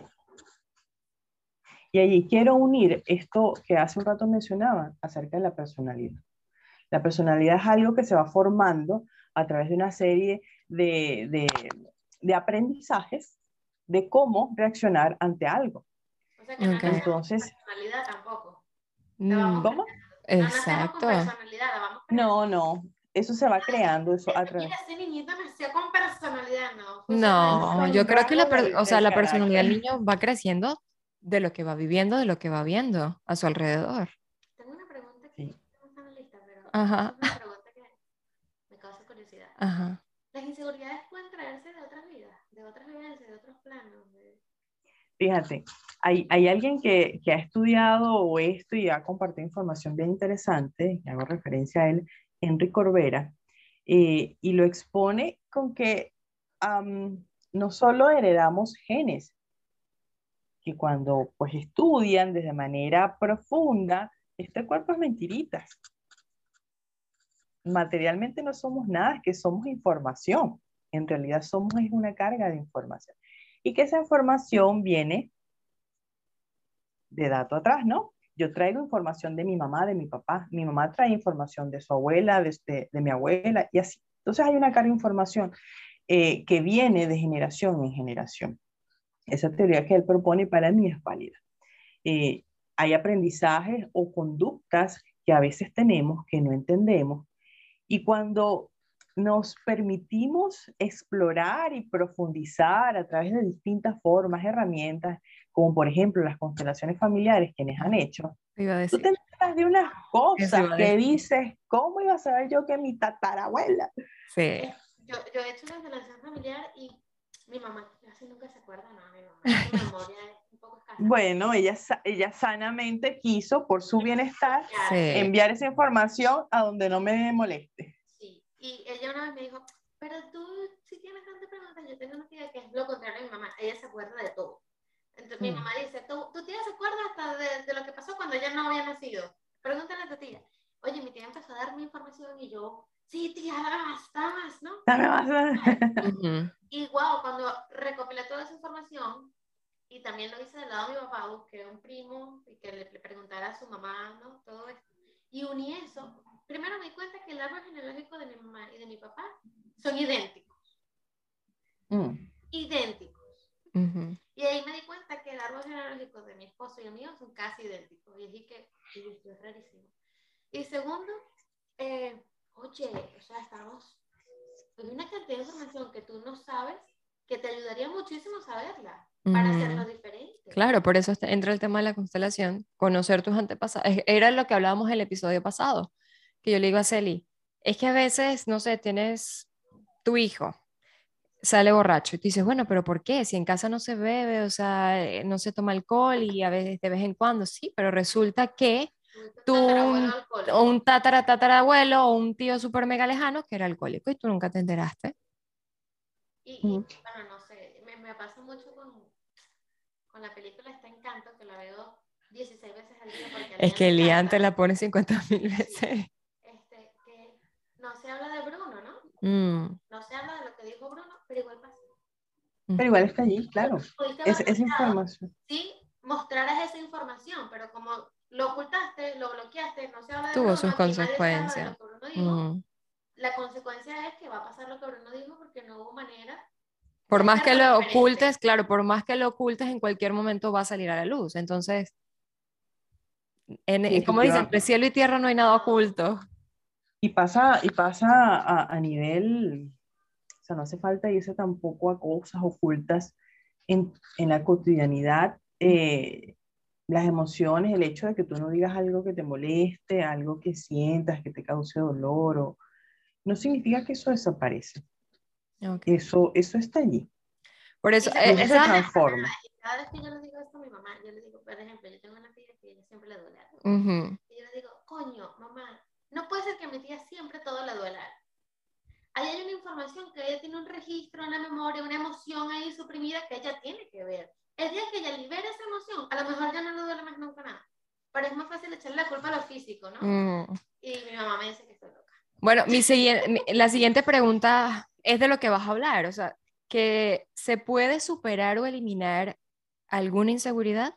y allí quiero unir esto que hace un rato mencionaba acerca de la personalidad. La personalidad es algo que se va formando a través de una serie de aprendizajes de cómo reaccionar ante algo. O sea que no ok. nacemos con Entonces, personalidad tampoco. La vamos Mm, ¿cómo? creando. No nacemos con exacto. personalidad, la vamos creando. No, eso se va creando, eso a través. Mira, ese niñito nació con personalidad, no funciona así. No, Son yo creo que rasgos o sea, del la personalidad del carácter. niño va creciendo de lo que va viviendo, de lo que va viendo a su alrededor. Tengo una pregunta aquí, Sí. no está en la lista, pero Ajá, es una pregunta que me causa curiosidad. ajá. ¿Las inseguridades pueden traerse de otras vidas, de otras vivencias, de otros planos? Fíjate, hay alguien que ha estudiado esto y ha compartido información bien interesante, y hago referencia a él, Enrique Corbera, y lo expone con que no solo heredamos genes, que cuando pues estudian desde manera profunda, este cuerpo es mentiritas. Materialmente no somos nada, es que somos información. En realidad somos es una carga de información. Y que esa información viene de dato atrás, ¿no? Yo traigo información de mi mamá, de mi papá. Mi mamá trae información de su abuela, de mi abuela, y así. Entonces hay una carga de información que viene de generación en generación. Esa teoría que él propone para mí es válida. Hay aprendizajes o conductas que a veces tenemos que no entendemos y cuando nos permitimos explorar y profundizar a través de distintas formas, herramientas, como por ejemplo las constelaciones familiares, quienes han hecho, Iba a tú decir, te enteras de unas eso cosas iba a que decir. dices, ¿cómo iba a saber yo que mi tatarabuela? Sí. Yo he hecho una relación familiar y mi mamá casi nunca se acuerda, no, mi mamá, su memoria es un poco escasa. Bueno, ella sanamente quiso, por su bienestar, Sí. enviar esa información a donde no me moleste. Sí, y ella una vez me dijo, pero tú, si tienes tantas preguntas, yo tengo una tía que es lo contrario de mi mamá, ella se acuerda de todo. Entonces mi mamá dice, tu tía se acuerda hasta de lo que pasó cuando ella no había nacido. Pregúntale a tu tía. Oye, mi tía empezó a darme información y yo, sí, tía, dame más, ¿no? Dame más. Ujú. Y wow, cuando recopilé toda esa información, y también lo hice del lado de mi papá, busqué a un primo y que le preguntara a su mamá, ¿no? Todo esto. Y uní eso. Primero me di cuenta que el árbol genealógico de mi mamá y de mi papá son idénticos. Idénticos. Ujú. Y ahí me di cuenta que el árbol genealógico de mi esposo y el mío son casi idénticos. Y dije que esto es rarísimo. Y segundo, oye, o sea, hay una cantidad de información que tú no sabes que te ayudaría muchísimo saberla para hacerlo diferente. Claro, por eso entra el tema de la constelación, conocer tus antepasados. Era lo que hablábamos el episodio pasado, que yo le digo a Celi, es que a veces, no sé, tienes tu hijo, sale borracho y tú dices, bueno, pero ¿por qué? Si en casa no se bebe, o sea, no se toma alcohol y a veces de vez en cuando sí, pero resulta que tú, un tatarabuelo o un tío súper mega lejano que era alcohólico y tú nunca te enteraste. Y bueno, no sé, me pasa mucho con la película Está Encanto, que la veo 16 veces al día porque a Es Lian que le Lian te encanta. la pone 50.000 veces. Sí. Que no se habla de Bruno, ¿no? No se habla de lo que dijo Bruno, pero igual pasa. Pero igual está allí, claro. Pudiste Es haber información. sí, mostraras esa información, pero como lo ocultaste, lo bloqueaste, no se habla de Tuvo Bruno, sus aquí nadie se habla de consecuencias. lo que Bruno dijo, la consecuencia es que va a pasar lo que Bruno dijo porque no hubo manera Por de más que hacerlo lo diferente. ocultes, claro, por más que lo ocultes, en cualquier momento va a salir a la luz. Entonces, como dicen, entre cielo y tierra no hay nada oculto. Y pasa a nivel, o sea, no hace falta irse tampoco a cosas ocultas en la cotidianidad. Las emociones, el hecho de que tú no digas algo que te moleste, algo que sientas, que te cause dolor, no significa que eso desaparece. Okay. Eso está allí. Por eso, eso se transforma. Cada vez que yo le digo esto a mi mamá, yo le digo, por ejemplo, yo tengo una tía que ella siempre le duele algo. Y yo le digo, coño, mamá, no puede ser que a mi tía siempre todo le duela. Ahí hay una información que ella tiene un registro, una memoria, una emoción ahí suprimida que ella tiene que ver. El día que ella libera esa emoción, a lo mejor ya no le duele más nunca nada. Pero es más fácil echarle la culpa a lo físico, ¿no? Y mi mamá me dice que estoy loca. Bueno, la siguiente pregunta es de lo que vas a hablar, o sea, ¿que se puede superar o eliminar alguna inseguridad?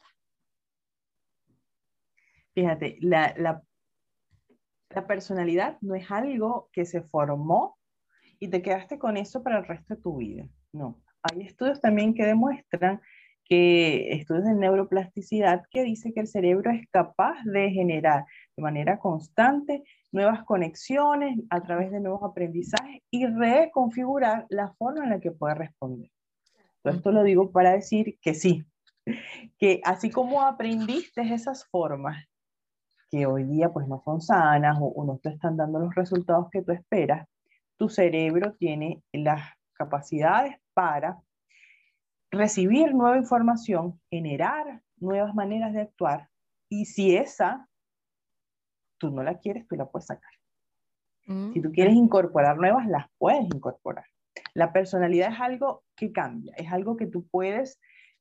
Fíjate, la personalidad no es algo que se formó y te quedaste con eso para el resto de tu vida. No. Hay estudios también que demuestran estudios de neuroplasticidad que dice que el cerebro es capaz de generar de manera constante nuevas conexiones a través de nuevos aprendizajes y reconfigurar la forma en la que puede responder. Todo esto lo digo para decir que sí, que así como aprendiste esas formas que hoy día pues no son sanas o no te están dando los resultados que tú esperas, tu cerebro tiene las capacidades para recibir nueva información, generar nuevas maneras de actuar, y si esa tú no la quieres, tú la puedes sacar. Si tú quieres incorporar nuevas, las puedes incorporar. La personalidad es algo que cambia, es algo que tú puedes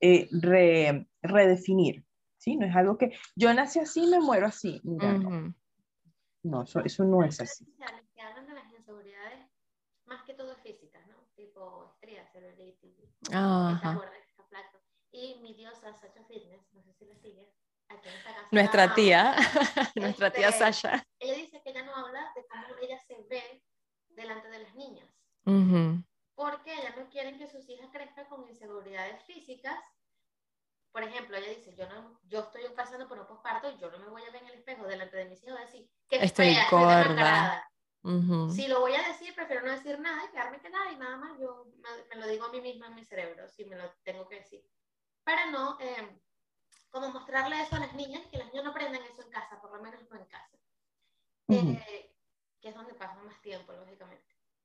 redefinir, ¿sí? No es algo que yo nací así, me muero así. Mira, no, eso no es así. Que hablan de las inseguridades más que todo físicas, ¿no? Tipo estrías, celulitis, está gorda, está flaco. Y mi diosa Sacha Fitness, no sé si la sigues, aquí en esta casa. Nuestra tía, nuestra tía Sasha. Ella dice que ella no habla de cómo ella se ve delante de las niñas. Porque ella no quiere que sus hijas crezcan con inseguridades físicas. Por ejemplo, ella dice, yo estoy pasando por un posparto y yo no me voy a ver en el espejo delante de mis hijos y decir, qué estoy fea, gorda. estoy demacrada. Si lo voy a decir, prefiero no decir nada y quedarme callada y nada más yo me lo digo a mí misma en mi cerebro, si me lo tengo que decir. Para no, como mostrarle eso a las niñas, que las niñas no aprendan eso en casa, por lo menos no en casa. Que es donde pasan más tiempo, lógicamente.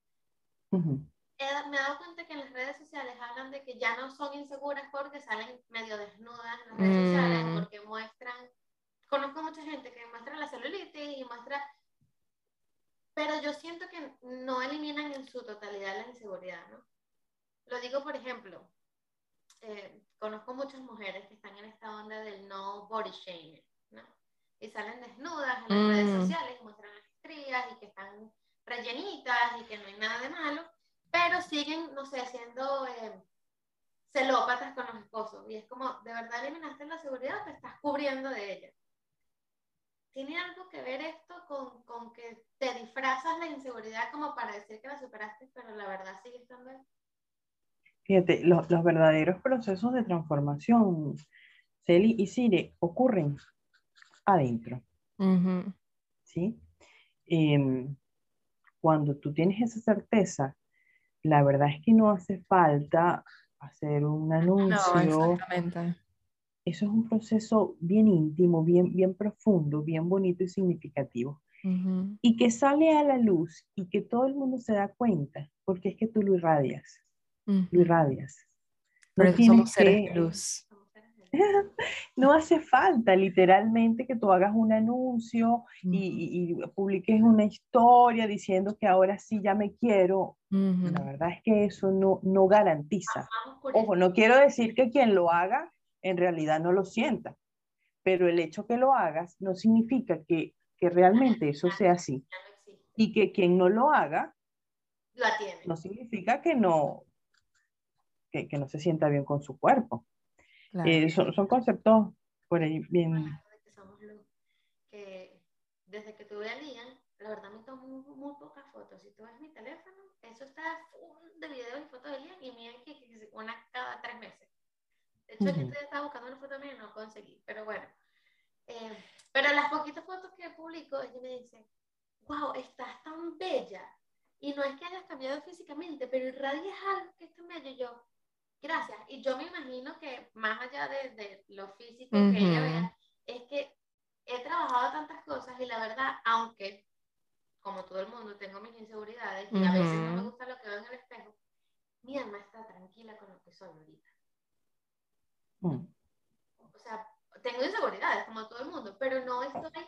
Me he dado cuenta que en las redes sociales hablan de que ya no son inseguras porque salen medio desnudas en las redes sociales, porque muestran, conozco mucha gente que muestra la celulitis y muestra, pero yo siento que no eliminan en su totalidad la inseguridad, ¿no? Lo digo, por ejemplo, conozco muchas mujeres que están en esta onda del no body shaming, ¿no? Y salen desnudas en las redes sociales y muestran las estrías y que están rellenitas y que no hay nada de malo, pero siguen, no sé, siendo celópatas con los esposos. Y es como, ¿de verdad eliminaste la seguridad o te estás cubriendo de ella? ¿Tiene algo que ver esto con que te disfrazas la inseguridad como para decir que la superaste, pero la verdad sigue estando ahí? Fíjate, los verdaderos procesos de transformación, Celi y Sire, ocurren adentro. ¿Sí? Cuando tú tienes esa certeza, la verdad es que no hace falta hacer un anuncio. No, exactamente. Eso es un proceso bien íntimo, bien profundo, bien bonito y significativo. Y que sale a la luz y que todo el mundo se da cuenta, porque es que tú lo irradias. Lo irradias. Por eso somos seres de luz. No hace falta literalmente que tú hagas un anuncio y publiques una historia diciendo que ahora sí ya me quiero. La verdad es que eso no garantiza. Ojo, no quiero decir que quien lo haga en realidad no lo sienta, pero el hecho que lo hagas no significa que realmente eso sea así. Y que quien no lo haga no significa que no se sienta bien con su cuerpo. Claro. Son conceptos por ahí bien. Que desde que tuve a Liam, la verdad me tomo muy pocas fotos. Si tú ves mi teléfono, eso está full de videos y fotos de Liam y mira que una cada 3 meses. De hecho, yo estaba buscando una foto mía y no conseguí, pero bueno. Pero las poquitas fotos que publico, ella me dice, wow, estás tan bella. Y no es que hayas cambiado físicamente, pero irradias algo que es tan bello. Y yo, gracias. Y yo me imagino que más allá de lo físico que ella vea, es que he trabajado tantas cosas y la verdad, aunque, como todo el mundo, tengo mis inseguridades y a veces no me gusta lo que veo en el espejo, mi alma está tranquila con lo que soy ahorita. O sea, tengo inseguridades como todo el mundo, pero no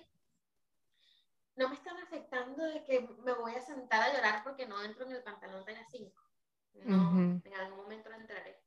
me están afectando de que me voy a sentar a llorar porque no entro en el pantalón talla 5. No, en algún momento entraré.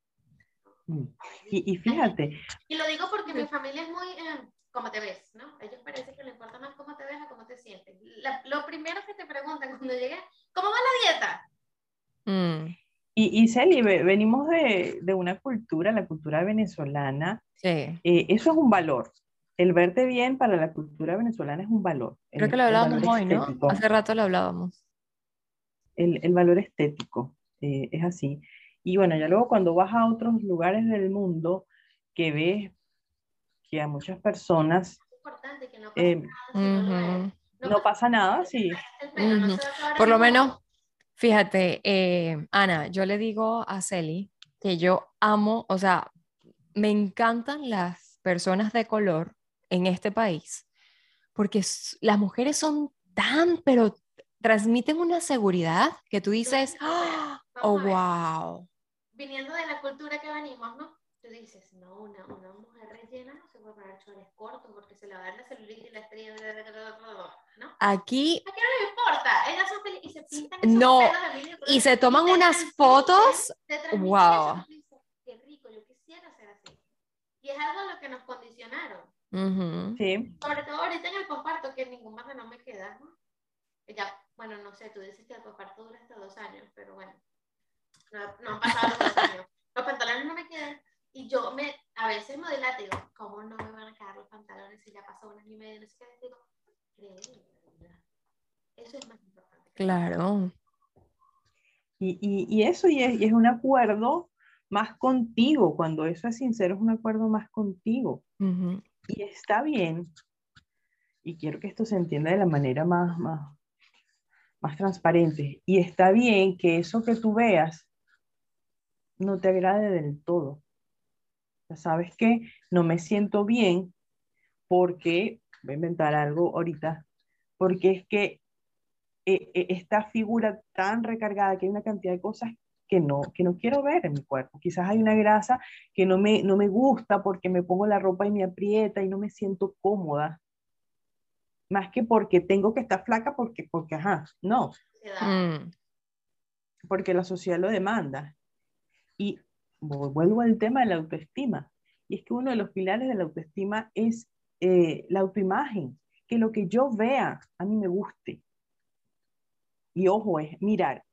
Y fíjate. Y lo digo porque mi familia es muy cómo te ves, ¿no? A ellos parece que les importa más cómo te ves a cómo te sientes. Lo primero que te preguntan cuando llegues, ¿cómo va la dieta? Y Celi, venimos de una cultura, la cultura venezolana. Sí. Eso es un valor. El verte bien para la cultura venezolana es un valor. Creo que lo hablábamos hoy, ¿no? Hace rato lo hablábamos. El valor estético, es así. Y bueno, ya luego cuando vas a otros lugares del mundo, que ves que a muchas personas no pasa nada, sí. Por lo menos, fíjate, Ana, yo le digo a Celi que yo amo, o sea, me encantan las personas de color en este país, porque las mujeres son pero transmiten una seguridad que tú dices, oh, wow. viniendo de la cultura que venimos, ¿no? Tú dices, no, una mujer rellena no se puede poner chores cortos porque se le va a dar la celulitis y la estría, ¿no? Aquí, ¿A qué no le importa? Ellas son felices y se pintan esos no, pelos de mil y se toman te unas transmiten- fotos, te transmiten wow. eso, y tú dices, qué rico, yo quisiera ser así. Y es algo a lo que nos condicionaron. Ujú. Sí, Sobre todo ahorita en el posparto, que ningún más no me queda, ¿no? Ya, bueno, no sé, tú dices que el posparto dura hasta 2 años, pero bueno, no han pasado los 2 años. Los pantalones no me quedan y a veces me delata y digo, ¿cómo no me van a quedar los pantalones si ya pasó 1 año y medio? No sé qué, digo, eso es más importante. Claro. y eso y es un acuerdo más contigo, cuando eso es sincero, es un acuerdo más contigo. Ujú. Y está bien, y quiero que esto se entienda de la manera más transparente, y está bien que eso que tú veas no te agrade del todo. Ya sabes que no me siento bien porque, voy a inventar algo ahorita, porque es que esta figura tan recargada, que hay una cantidad de cosas que no quiero ver en mi cuerpo. Quizás hay una grasa que no me gusta porque me pongo la ropa y me aprieta y no me siento cómoda. Más que porque tengo que estar flaca porque ajá, no, Mm. porque la sociedad lo demanda. Y vuelvo al tema de la autoestima. Y es que uno de los pilares de la autoestima es la autoimagen, que lo que yo vea a mí me guste. Y ojo, es mirar,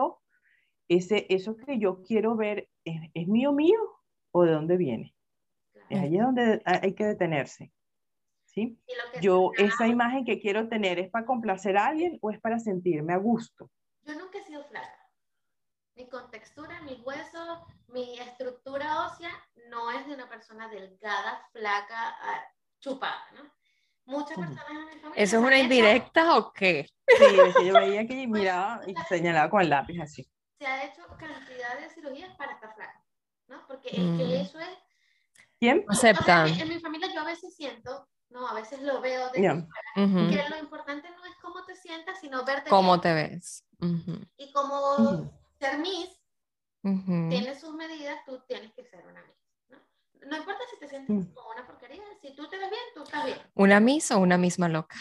eso que yo quiero ver, ¿es mío o de dónde viene? Es allí donde hay que detenerse. ¿Sí? Esa imagen que quiero tener, ¿es para complacer a alguien o es para sentirme a gusto? Yo nunca he sido flaca. Mi contextura, mis huesos, mi estructura ósea no es de una persona delgada, flaca, chupada, ¿no? Muchas personas en mi familia ¿Eso es una indirecta o qué? Sí, es que yo veía que miraba y señalaba con el lápiz así. Se ha hecho cantidad de cirugías para estar flaca, ¿no? Porque es que eso es... ¿Quién? Aceptan. O sea, en mi familia yo a veces siento, no, a veces lo veo desde Yeah. fuera, que lo importante no es cómo te sientas, sino verte ¿Cómo bien. te ves? Y como ser Miss Ujú. tiene sus medidas, tú tienes que ser una Miss, ¿no? No importa si te sientes como una porquería, si tú te ves bien, tú estás bien. ¿Una Miss o una misma loca?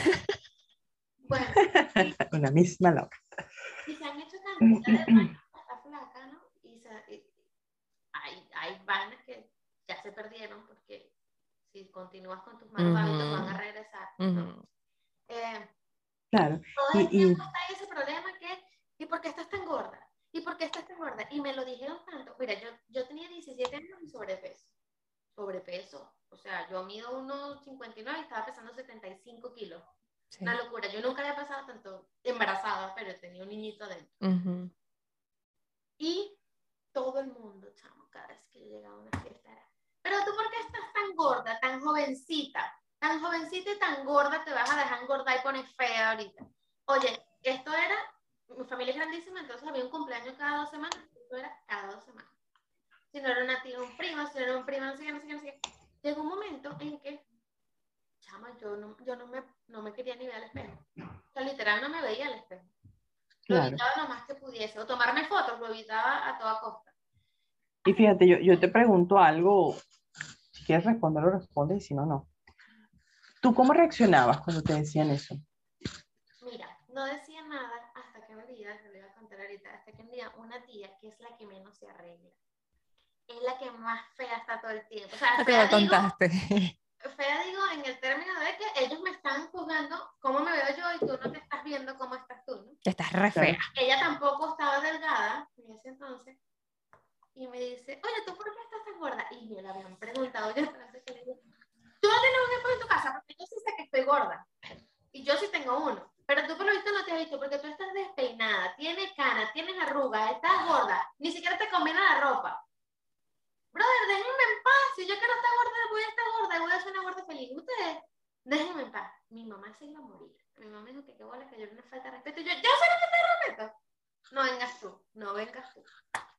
Bueno, Una misma loca. y se han hecho cantidad de vainas para estar flaca, ¿no? Y hay vainas que ya se perdieron porque si continúas con tus malos hábitos van a regresar, ¿no? Claro. Todo el tiempo está ahí ese problema que, ¿y por qué estás tan gorda? ¿Y por qué estás tan gorda? Y me lo dijeron tanto. Mira, yo tenía 17 años y sobrepeso. Sobrepeso. O sea, yo mido 1,59 y estaba pesando 75 kilos. Sí. Una locura. Yo nunca había pasado tanto embarazada, pero tenía un niñito adentro. Y todo el mundo, chamo, cada vez que yo llegaba a una fiesta era, pero tú, ¿por qué estás tan gorda, tan jovencita? Tan jovencita y tan gorda, te vas a dejar engordar y pones fea ahorita. Oye, esto era, mi familia es grandísima, entonces había un cumpleaños cada 2 semanas, esto era cada 2 semanas. Si no era una tía, un primo, si no era un primo, no sé qué, no sé qué, no sé qué. Llegó un momento en que, chama, yo no me quería ni ver al espejo. O sea, literal no me veía al espejo. Lo evitaba lo más que pudiese, o tomarme fotos, lo evitaba a toda costa. Y fíjate, yo te pregunto algo, si quieres responderlo, responde, y si no, no. ¿Tú cómo reaccionabas cuando te decían eso? Mira, no decía nada hasta que un día, te lo iba a contar ahorita, hasta que un día una tía, que es la que menos se arregla, es la que más fea está todo el tiempo. O sea, fea digo, fea digo en el término de que ellos me están juzgando cómo me veo yo y tú no te estás viendo cómo estás tú, ¿no? Que estás re fea. Ella tampoco estaba delgada en ese entonces y me dice, oye, ¿tú por qué estás tan gorda? Y me lo habían preguntado yo, entonces le digo, tú no tienes un espejo en tu casa porque yo sí sé que estoy gorda y yo sí tengo uno. Pero tú por lo visto no te has visto porque tú estás despeinada, tienes canas, tienes arrugas, estás gorda, ni siquiera te combina la ropa. Brother, déjenme en paz. Si yo quiero estar gorda, voy a estar gorda y voy a ser una gorda feliz. Ustedes, déjenme en paz. Mi mamá se iba a morir. Mi mamá dijo que qué bola, que yo era una falta de respeto. Y yo soy una falta de respeto. No vengas tú, no vengas tú.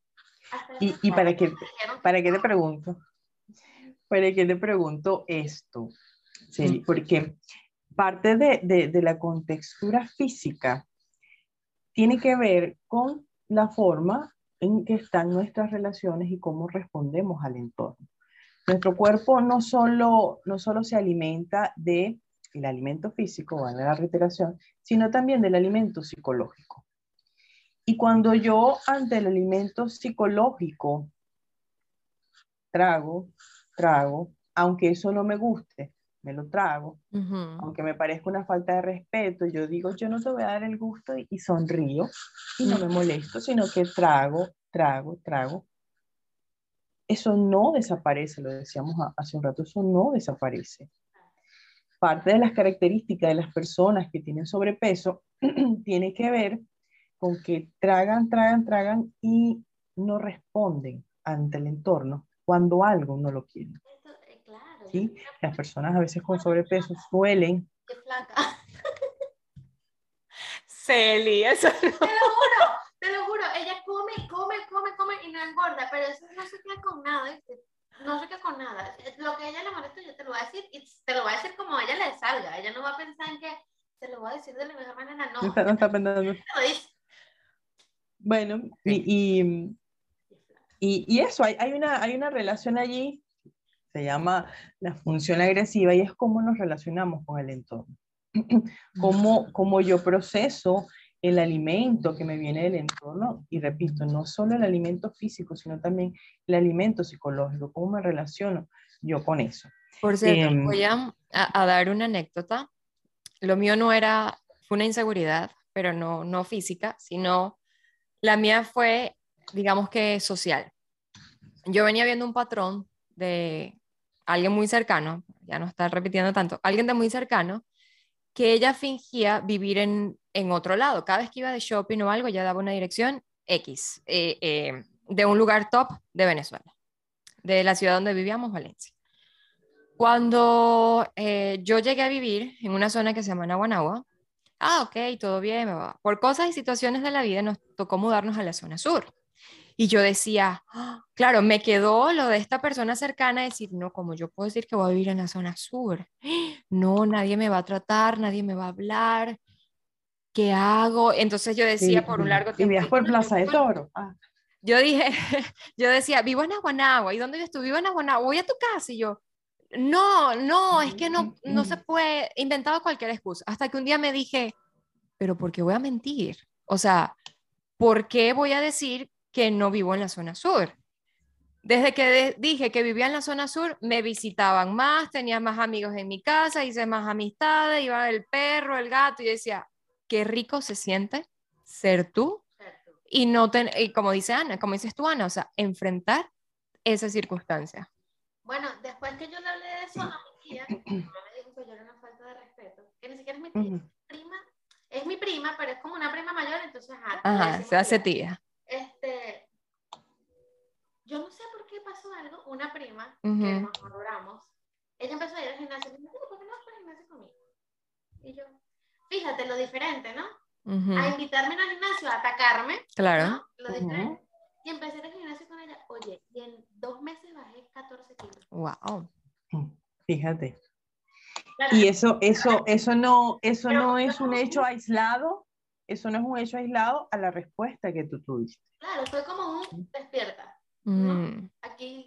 ¿Y para qué te pregunto? ¿Para qué te pregunto esto? Sí, porque parte de la contextura física tiene que ver con la forma en que están nuestras relaciones y cómo respondemos al entorno. Nuestro cuerpo no solo se alimenta del alimento físico, vale la reiteración, sino también del alimento psicológico. Y cuando yo ante el alimento psicológico trago, aunque eso no me guste, me lo trago, aunque me parezca una falta de respeto, yo digo, yo no te voy a dar el gusto y sonrío y no me molesto, sino que trago. Eso no desaparece, lo decíamos hace un rato, eso no desaparece. Parte de las características de las personas que tienen sobrepeso tiene que ver con que tragan y no responden ante el entorno cuando algo no lo quieren. Claro. ¿Sí? Las personas a veces con sobrepeso suelen... Qué flaca. Celi, eso no. Te lo juro, ella come y no engorda, pero eso no se queda con nada, ¿viste? No se queda con nada. Lo que a ella le molesta, yo te lo voy a decir, y te lo voy a decir como a ella le salga. Ella no va a pensar en que te lo voy a decir de la mejor manera, no. No está pensando. Te lo dice. Bueno, y eso, hay una relación allí, se llama la función agresiva, y es cómo nos relacionamos con el entorno. Cómo yo proceso el alimento que me viene del entorno, y repito, no solo el alimento físico, sino también el alimento psicológico, cómo me relaciono yo con eso. Por cierto, voy a dar una anécdota. Lo mío fue una inseguridad, pero no física, sino la mía fue, digamos que social. Yo venía viendo un patrón de alguien muy cercano, ya no está repitiendo tanto, alguien de muy cercano, que ella fingía vivir en otro lado. Cada vez que iba de shopping o algo, ella daba una dirección X, de un lugar top de Venezuela, de la ciudad donde vivíamos, Valencia. Cuando yo llegué a vivir en una zona que se llama Naguanagua, ok, todo bien, por cosas y situaciones de la vida nos tocó mudarnos a la zona sur. Y yo decía, claro, me quedó lo de esta persona cercana decir, no, como yo puedo decir que voy a vivir en la zona sur, no, nadie me va a tratar, nadie me va a hablar, ¿qué hago? Entonces yo decía por un largo tiempo, Vivías por Plaza de Toro. yo dije, yo decía, vivo en Aguanagua, ¿y dónde vives tú? Vivo en Aguanagua, voy a tu casa, y yo, no, es que no se puede, inventaba cualquier excusa, hasta que un día me dije, pero ¿por qué voy a mentir? O sea, ¿por qué voy a decir que no vivo en la zona sur? Desde que dije que vivía en la zona sur, me visitaban más, tenía más amigos en mi casa, hice más amistades, iba el perro, el gato, y decía, qué rico se siente ser tú y y como dice Ana, como dices tú, Ana, o sea, enfrentar esa circunstancia. Bueno, después que yo le hablé de eso a mi tía, mi mamá me dijo que yo era una falta de respeto, que ni siquiera es mi tía, prima, es mi prima, pero es como una prima mayor, entonces Se hace tía. Yo no sé por qué pasó algo, una prima que nos adoramos, ella empezó a ir al gimnasio y me dijo, ¿por qué no vas al gimnasio conmigo? Y yo, fíjate lo diferente, ¿no? A invitarme al gimnasio, a atacarme, claro, ¿no? Lo diferente. Y empecé a ir al gimnasio con ella, oye, y en 2 meses bajé 14 kilos. Wow. Fíjate. Claro. Y eso no es un hecho aislado, eso no es un hecho aislado a la respuesta que tú tuviste. Claro, fue como un despierta, ¿no? Aquí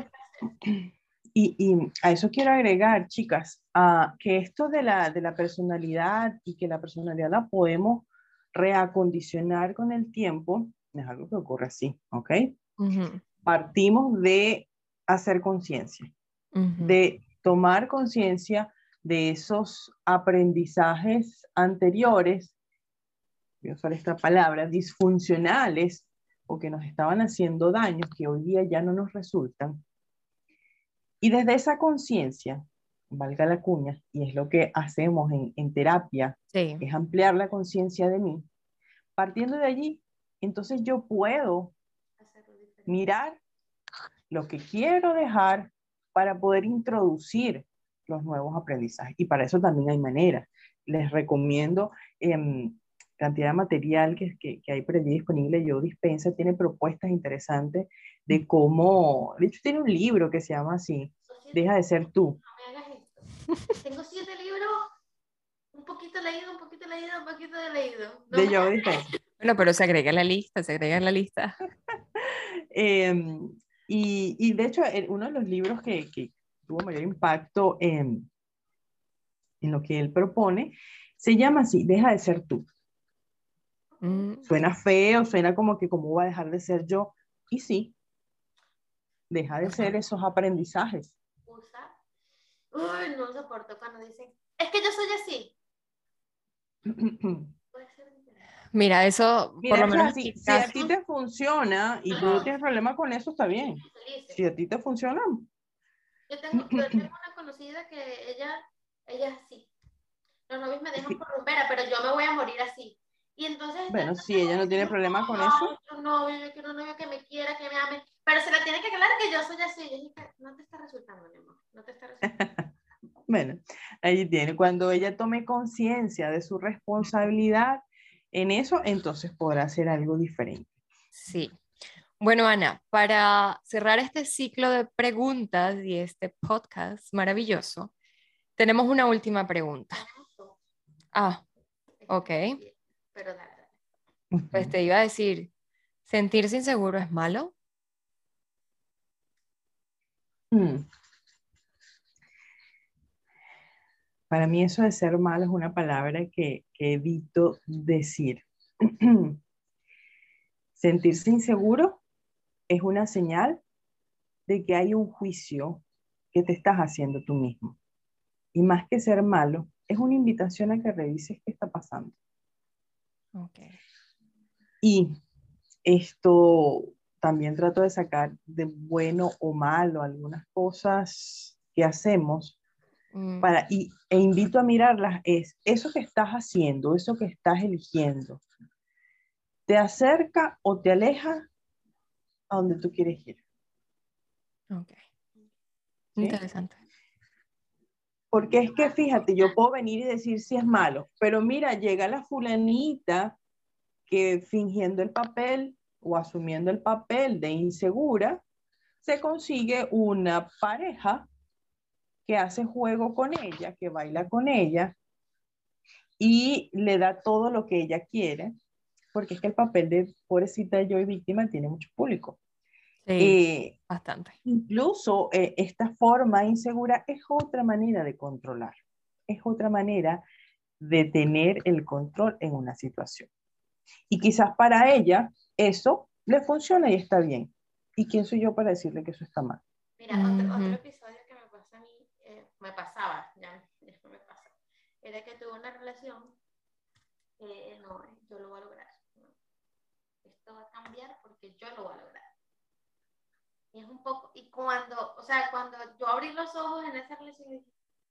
y a eso quiero agregar, chicas, que esto de la personalidad y que la personalidad la podemos reacondicionar con el tiempo, es algo que ocurre así, ¿ok? Partimos de hacer conciencia, de tomar conciencia de esos aprendizajes anteriores, voy a usar esta palabra, disfuncionales, o que nos estaban haciendo daños, que hoy día ya no nos resultan. Y desde esa conciencia, valga la cuña, y es lo que hacemos en terapia, es ampliar la conciencia de mí. Partiendo de allí, entonces yo puedo mirar lo que quiero dejar para poder introducir los nuevos aprendizajes. Y para eso también hay maneras. Les recomiendo cantidad de material que hay por allí disponible. Yo Dispensa tiene propuestas interesantes de cómo, de hecho tiene un libro que se llama así, Deja de ser tú. No me hagas esto. Tengo 7 libros, un poquito leído, un poquito de leído. De Joe Dispenza. Bueno, pero se agrega a la lista, se agrega a la lista. Y de hecho, uno de los libros que tuvo mayor impacto en lo que él propone, se llama así, Deja de ser tú. Mm, Suena feo, suena como que cómo voy a dejar de ser yo. Y sí, deja de ser esos aprendizajes. Usa. Uy, no soporto cuando dicen, es que yo soy así. Puede ser diferente. Mira, eso, por Mira, lo eso es menos en así. mi Si a caso, ti te funciona y tú no Ajá. tienes problema con eso, está bien. Felices. Si a ti te funciona, Yo tengo una conocida que ella es así. Los novios me dejan por rumbera, pero yo me voy a morir así. Y entonces está bueno, si ella no tiene problema con eso, otro novio, yo quiero un novio que me quiera, que me ame, pero se la tiene que aclarar que yo soy así. Yo dije, no te está resultando, mi amor, no te está resultando. bueno, ahí tiene. Cuando ella tome conciencia de su responsabilidad en eso, entonces podrá hacer algo diferente. sí. Bueno, Ana, para cerrar este ciclo de preguntas y este podcast maravilloso, tenemos una última pregunta. Ah, ok. Pero dale, dale. Pues te iba a decir, ¿sentirse inseguro es malo? Mm. Para mí eso de ser malo es una palabra que evito decir. Sentirse inseguro es una señal de que hay un juicio que te estás haciendo tú mismo. Y más que ser malo, es una invitación a que revises qué está pasando. Ok. Y esto también trato de sacar de bueno o malo algunas cosas que hacemos Mm, e invito a mirarlas, es eso que estás haciendo, eso que estás eligiendo, ¿te acerca o te aleja a donde tú quieres ir? ok. ¿Sí? Interesante. Porque es que fíjate, yo puedo venir y decir si es malo, pero mira, llega la fulanita que fingiendo el papel o asumiendo el papel de insegura, se consigue una pareja que hace juego con ella, que baila con ella y le da todo lo que ella quiere, porque es que el papel de pobrecita yo y víctima tiene mucho público. Sí, Eh, bastante. incluso esta forma insegura es otra manera de controlar, es otra manera de tener el control en una situación. Y quizás para ella eso le funciona y está bien. ¿Y quién soy yo para decirle que eso está mal? Mira, otro episodio que me pasa a mí, me pasaba, ya no me pasa, era que tuve una relación, no, yo lo voy a lograr, ¿no? Esto va a cambiar porque yo lo voy a lograr. Y es un poco, y cuando, o sea, cuando yo abrí los ojos en esa relación, dije,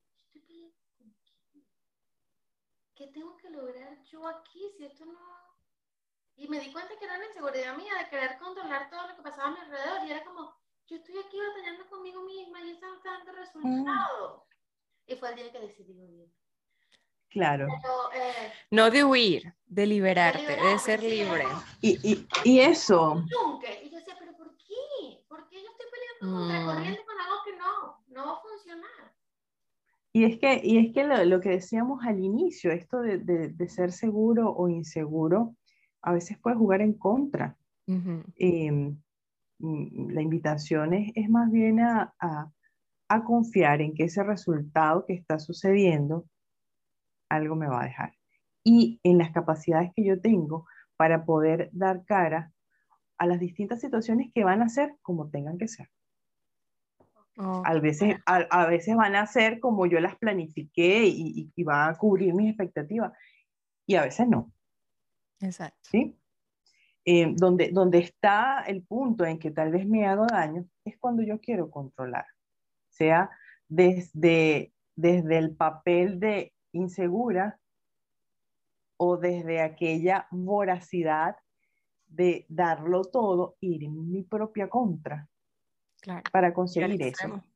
¿qué tengo que lograr yo aquí si esto no? Y me di cuenta que era una inseguridad mía de querer controlar todo lo que pasaba a mi alrededor. Y era como, yo estoy aquí batallando conmigo misma y eso no está dando resultado. Y fue el día que decidí huir. Claro. Pero, No de huir, de de liberarte, de liberarme, ser sí, era libre. como, Y eso, yunque. Y yo decía, ¿pero por qué? ¿Por qué yo estoy peleando contra Mm, corriente con algo que no va a funcionar? y es que lo que decíamos al inicio, esto de ser seguro o inseguro, a veces puede jugar en contra. ujú. Eh, la invitación es más bien a confiar en que ese resultado que está sucediendo, algo me va a dejar. Y en las capacidades que yo tengo para poder dar cara a las distintas situaciones que van a ser como tengan que ser. Ok, A veces van a ser como yo las planifiqué y va a cubrir mis expectativas y a veces no, exacto. ¿sí? Donde está el punto en que tal vez me hago daño es cuando yo quiero controlar, sea desde el papel de insegura o desde aquella voracidad de darlo todo, ir en mi propia contra Claro. para Y al conseguir eso. extremo.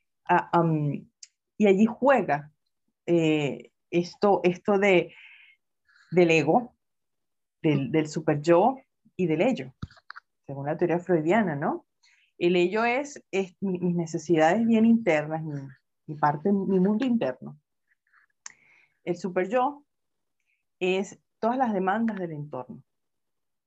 Y allí juega esto del ego, del super yo y del ello, según la teoría freudiana, ¿no? El ello es mis necesidades bien internas, mi parte, mi mundo interno. El super yo es todas las demandas del entorno.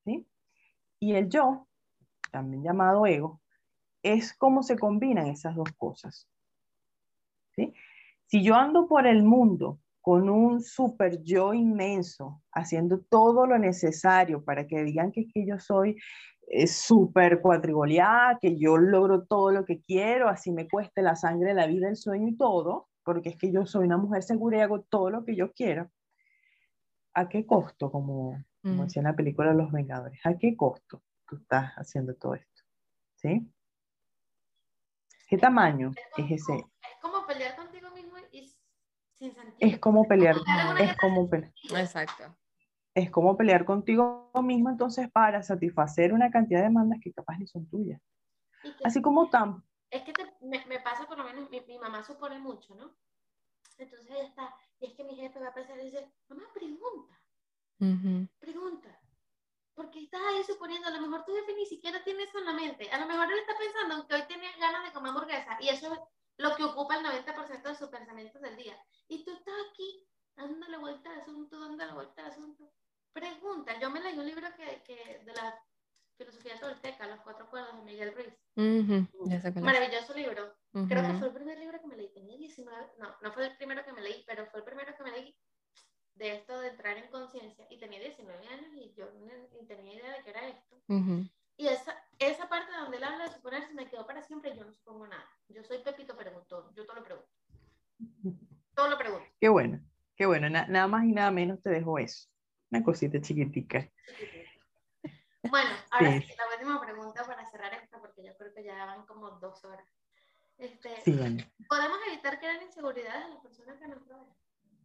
¿sí? Y el yo, también llamado ego, es cómo se combinan esas dos cosas, ¿sí? Si yo ando por el mundo con un super yo inmenso, haciendo todo lo necesario para que digan que es que yo soy súper cuatrigoleada, que yo logro todo lo que quiero, así me cueste la sangre, la vida, el sueño y todo, porque es que yo soy una mujer segura y hago todo lo que yo quiero, ¿a qué costo? Como decía en la película Los Vengadores, ¿a qué costo tú estás haciendo todo esto? ¿Sí? ¿Qué tamaño es ese? Es como pelear contigo mismo y sin Es sentido. como pelear, Es como Exacto. es como pelear contigo mismo entonces para satisfacer una cantidad de demandas que capaz ni son tuyas. Así como tan... Es que me pasa por lo menos, mi mamá supone mucho, ¿no? Entonces ella está, y es que mi jefe va a pensar y dice, mamá, pregunta. Porque estás ahí suponiendo, a lo mejor tu jefe ni siquiera tiene eso en la mente. A lo mejor él está pensando que hoy tienes ganas de comer hamburguesa y eso es lo que ocupa el 90% de sus pensamientos del día. Y tú estás aquí dándole vuelta al asunto. Pregunta. Yo me leí un libro que de la filosofía tolteca, Los Cuatro Acuerdos de Miguel Ruiz. Maravilloso libro. Creo que fue el primer libro que me leí. Tenía 19, no fue el primero que me leí, pero fue el primero que me leí de esto de entrar en conciencia, y tenía 19 años y yo no tenía idea de qué era esto. Y esa parte donde él habla de suponerse me quedó para siempre. Yo no supongo nada. Yo soy Pepito Preguntón. Yo todo lo pregunto. Todo lo pregunto. Qué bueno, qué bueno. Nada más y nada menos te dejo eso. Una cosita chiquitica. Bueno, ahora sí, la última pregunta para cerrar esto, porque yo creo que ya van como 2 horas. Sí, bueno. ¿Podemos evitar crear inseguridades en las personas que nos rodean?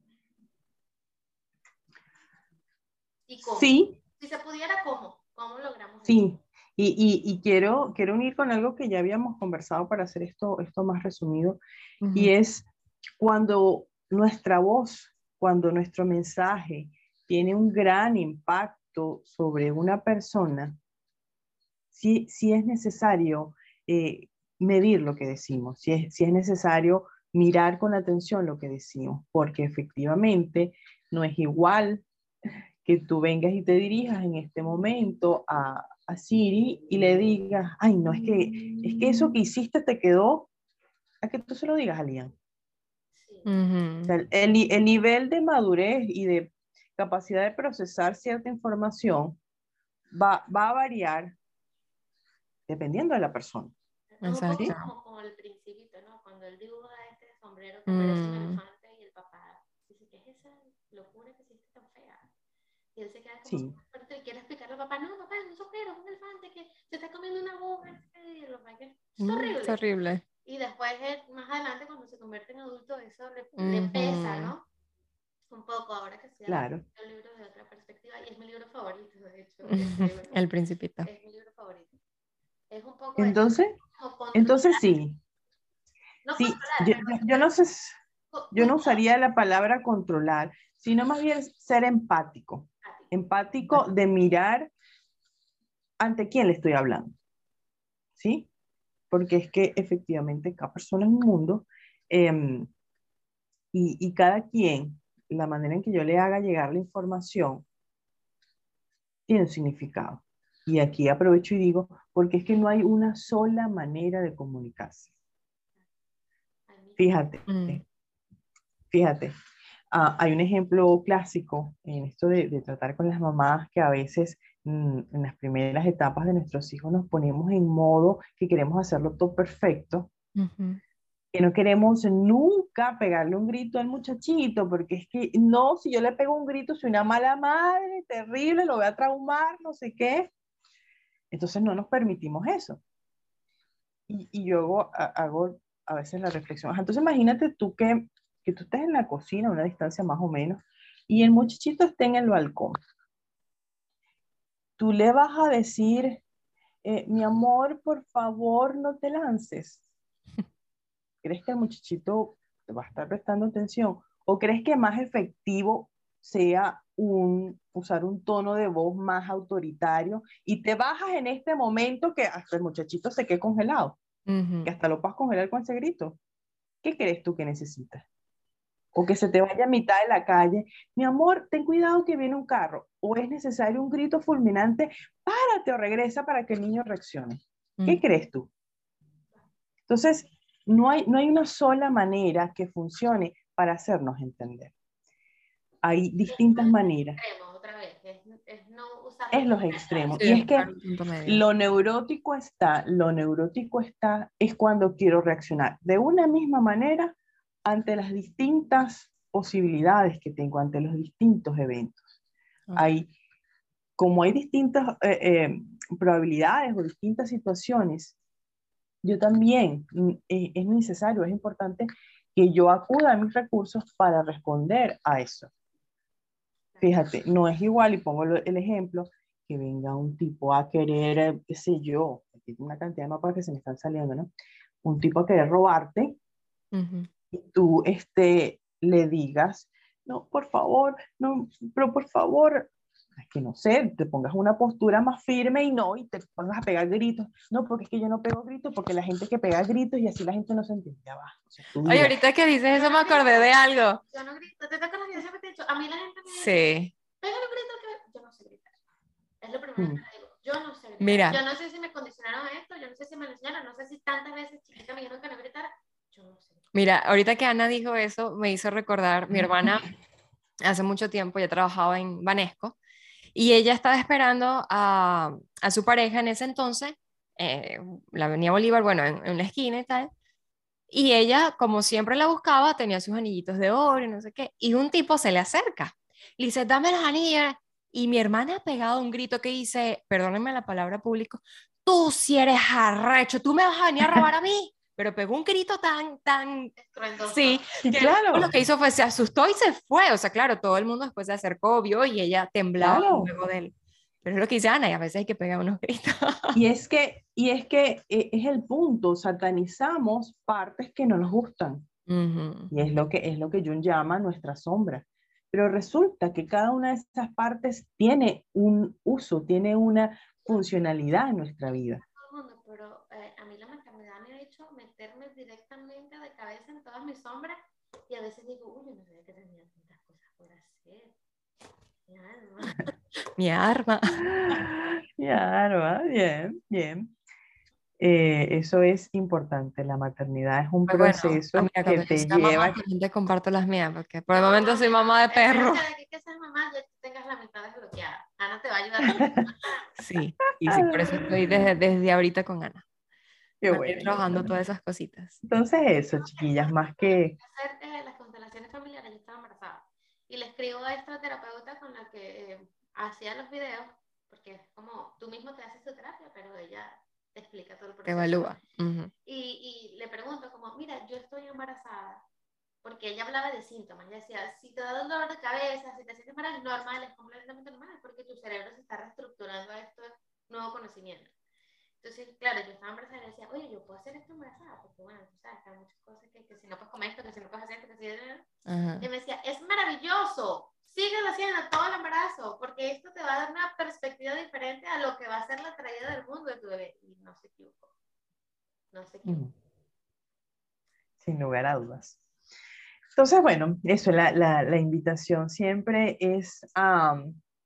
¿Y cómo? Sí. Si se pudiera, ¿cómo? ¿Cómo logramos eso? Sí, y quiero unir con algo que ya habíamos conversado para hacer esto más resumido, y es cuando nuestra voz, cuando nuestro mensaje tiene un gran impacto sobre una persona, sí es necesario medir lo que decimos, sí es necesario mirar con atención lo que decimos, porque efectivamente no es igual que tú vengas y te dirijas en este momento a Siri y le digas, ay, no, es que eso que hiciste te quedó, a que tú se lo digas a Lian. Sí. O sea, el nivel de madurez y de capacidad de procesar cierta información va a variar dependiendo de la persona. Exacto. Un poco como el Principito, ¿no? Cuando él dibuja este sombrero que parece un elefante y el papá dice, ¿qué es esa locura que hiciste tan fea? Y él se queda como Sí. fuerte y quiere explicarle al papá, no, papá, es un sombrero, es un elefante que se está comiendo una aguja. Y el papá que es horrible. Es horrible. Y después, más adelante, cuando se convierte en adulto, eso le pesa, ¿no? Un poco, ahora que se Claro. el libro de otra perspectiva, y es mi libro favorito, de hecho. El Principito. Es mi libro favorito. Es un poco Entonces sí. No Sí, controlar, yo no sé, yo no usaría la palabra controlar, sino más bien ser empático. Empático de mirar ante quién le estoy hablando. ¿Sí? Porque es que efectivamente cada persona es un mundo y cada quien, la manera en que yo le haga llegar la información, tiene un significado. Y aquí aprovecho y digo, porque es que no hay una sola manera de comunicarse. Fíjate, fíjate. Hay un ejemplo clásico en esto de tratar con las mamás que a veces en las primeras etapas de nuestros hijos nos ponemos en modo que queremos hacerlo todo perfecto, que no queremos nunca pegarle un grito al muchachito, porque es que no, si yo le pego un grito soy una mala madre, terrible, lo voy a traumar, no sé qué. Entonces no nos permitimos eso. Y yo hago a veces la reflexión. Entonces imagínate tú que tú estés en la cocina a una distancia más o menos y el muchachito esté en el balcón. Tú le vas a decir, mi amor, por favor, no te lances. ¿Crees que el muchachito te va a estar prestando atención? ¿O crees que más efectivo sea usar un tono de voz más autoritario y te bajas en este momento que hasta el muchachito se quede congelado? Que hasta lo puedas congelar con ese grito. ¿Qué crees tú que necesitas? O que se te vaya a mitad de la calle. Mi amor, ten cuidado que viene un carro. o es necesario un grito fulminante, párate o regresa para que el niño reaccione. ¿Qué crees tú? Entonces, no hay una sola manera que funcione para hacernos entender. Hay distintas maneras. Otra vez, es no usar Es los extremos. Sí, Y es que un punto medio. lo neurótico es cuando quiero reaccionar de una misma manera ante las distintas posibilidades que tengo, ante los distintos eventos. Como hay distintas probabilidades o distintas situaciones, yo también es necesario, es importante que yo acuda a mis recursos para responder a eso. Fíjate, no es igual, y pongo el ejemplo, que venga un tipo a querer, qué sé yo, aquí tengo una cantidad de mapas que se me están saliendo, ¿no? Un tipo a querer robarte, y tú le digas, no, por favor, no, pero por favor, es que no sé, te pongas una postura más firme y te pongas a pegar gritos. No, porque es que yo no pego gritos, porque la gente que pega gritos y así la gente no se entiende. Ya va. O sea, Oye, ahorita que dices eso me acordé de algo. Yo no grito, ¿te acuerdas que yo siempre te he dicho? A mí la gente me dice, Sí. pega los gritos que yo no sé gritar. Es lo primero que le digo, yo no sé gritar. Mira. Yo no sé si me condicionaron a esto, yo no sé si me lo enseñaron, no sé si tantas veces chiquita me dijeron que no gritara, yo no sé. Mira, ahorita que Ana dijo eso, me hizo recordar, mi hermana hace mucho tiempo ya trabajaba en Banesco y ella estaba esperando a su pareja en ese entonces, la Avenida Bolívar, bueno, en la esquina y tal, y ella, como siempre la buscaba, tenía sus anillitos de oro y no sé qué, y un tipo se le acerca, le dice, dame los anillos, y mi hermana ha pegado un grito que dice, perdónenme la palabra público, tú si eres arrecho, tú me vas a venir a robar a mí. Pero pegó un grito tan, sí, Sí, que claro. lo que hizo fue se asustó y se fue. O sea, claro, todo el mundo después se acercó, vio y ella temblaba luego de él. Pero es lo que dice Ana, y a veces hay que pegar unos gritos. Y es que es el punto, satanizamos partes que no nos gustan. Y es lo que Jung llama nuestra sombra. Pero resulta que cada una de esas partes tiene un uso, tiene una funcionalidad en nuestra vida. Pero a mí la maternidad me ha hecho meterme directamente de cabeza en todas mis sombras y a veces digo, uy, yo no sabía que tenía tantas cosas por hacer. Mi alma. Mi arma. Mi arma, bien, bien. Eso es importante, la maternidad es un proceso amiga, que te lleva... Mamá, también te comparto las mías, porque por el momento soy mamá de perro. Que seas mamá, ya tengas la mitad desbloqueada. Ana te va a ayudar. Sí, y sí, por eso estoy desde ahorita con Ana. Qué bueno, trabajando todas esas cositas. Entonces eso, chiquillas, más que... Hacer las constelaciones familiares, yo estaba embarazada. Y le escribo a esta terapeuta con la que hacía los videos, porque es como, tú mismo te haces tu terapia, pero ella te explica todo el proceso. Te evalúa. Y le pregunto como, mira, yo estoy embarazada, porque ella hablaba de síntomas. Ella decía, si te da dolor de cabeza, si te sientes mal, es normal, es completamente normal, porque tu cerebro se está reestructurando a este nuevo conocimiento. Entonces, claro, yo estaba embarazada y decía, oye, yo puedo hacer esto embarazada, porque bueno, tú sabes que hay muchas cosas que si no puedes comer esto, que si no puedes hacer esto, que si... Y me decía, es maravilloso, síguelo haciendo todo el embarazo, porque esto te va a dar una perspectiva diferente a lo que va a ser la traída del mundo de tu bebé. Y no se equivocó. No se equivocó. Sin lugar a dudas. Entonces, bueno, eso, la invitación siempre es a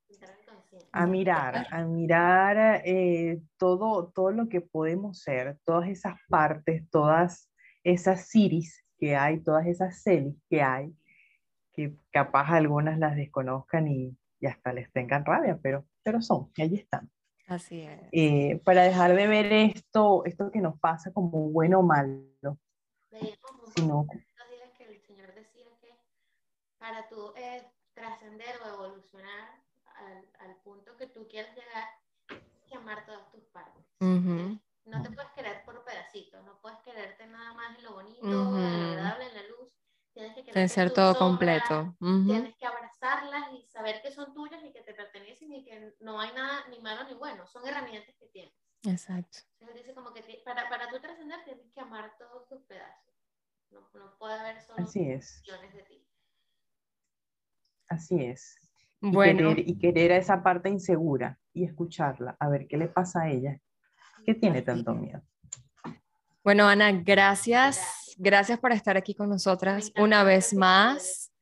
mirar todo lo que podemos ser, todas esas partes, todas esas ciris que hay, todas esas celis que hay, que capaz algunas las desconozcan y hasta les tengan rabia, pero son, ahí están. Así es. Para dejar de ver esto que nos pasa como bueno o malo, sino... que el Señor decía que para tú trascender o evolucionar al punto que tú quieres llegar, que amar todas tus partes. No te puedes querer por pedacitos, no puedes quererte nada más en lo bonito, en lo agradable, en la luz. Tienes que querer ser todo completo. Tienes que abrazarlas y saber que son tuyas y que te pertenecen y que no hay nada ni malo ni bueno, son herramientas que tienes. Exacto. Entonces dice como que para tú trascender tienes que amar todos tus pedazos. No puede haber solo opciones de ti. Así es. Bueno. Y querer a esa parte insegura y escucharla, a ver qué le pasa a ella, que tiene tanto miedo. Bueno, Ana, gracias por estar aquí con nosotras una vez más.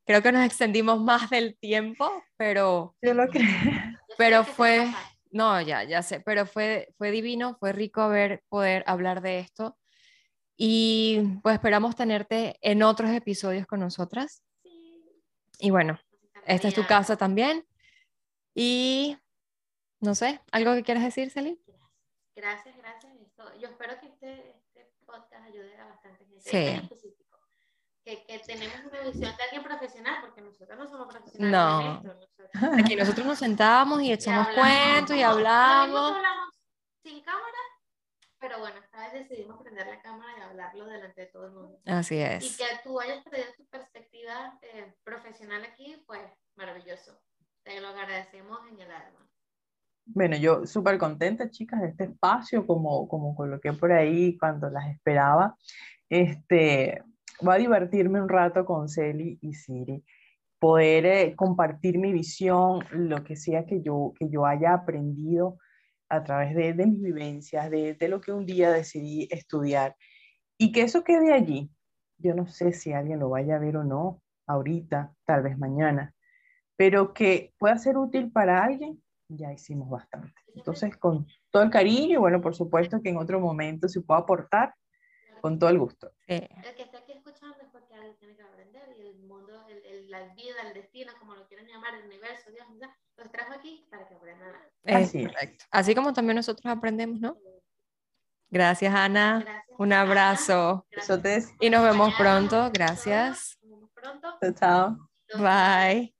Creo que nos extendimos más del tiempo, pero, Yo lo creo. Yo sé pero que se fue, va a pasar. no, ya sé, pero fue divino, fue rico poder hablar de esto. Y pues esperamos tenerte en otros episodios con nosotras. Sí, Y bueno, nos esta es tu encantaría. casa también. Y no sé, ¿algo que quieras decir, Celine? Gracias. Yo espero que este podcast ayude a bastante gente. Sí. Este en específico. Que tenemos una visión de alguien profesional, porque nosotros no somos profesionales No. en esto. Aquí nosotros nos sentamos y echamos hablamos. cuentos y Lo mismo que hablamos. hablamos sin cámara, pero bueno, esta vez decidimos prender la cámara y hablarlo delante de todo el mundo. Así Y es. que tú hayas traído tu perspectiva profesional aquí, pues maravilloso. Te lo agradecemos en el alma. Bueno, yo súper contenta, chicas, de este espacio, como coloqué por ahí cuando las esperaba. Voy a divertirme un rato con Celi y Siri, poder compartir mi visión, lo que sea que yo haya aprendido a través de mis vivencias, de lo que un día decidí estudiar, y que eso quede allí. Yo no sé si alguien lo vaya a ver o no, ahorita, tal vez mañana, pero que pueda ser útil para alguien, ya hicimos bastante. Entonces, con todo el cariño, y bueno, por supuesto que en otro momento si puedo aportar, con todo el gusto. Sí. El que está aquí escuchando es porque algo tiene que aprender y el mundo, la vida, el destino, como lo quieran llamar, el universo, Dios, los trajo aquí para que aprendan. Así es. Correcto. Así como también nosotros aprendemos, ¿no? Gracias, Ana. Gracias. Un abrazo. Gracias. Besotes. Y nos vemos Acompañarnos en pronto. este episodio. Gracias. Nos vemos pronto. Chao, chao. Bye.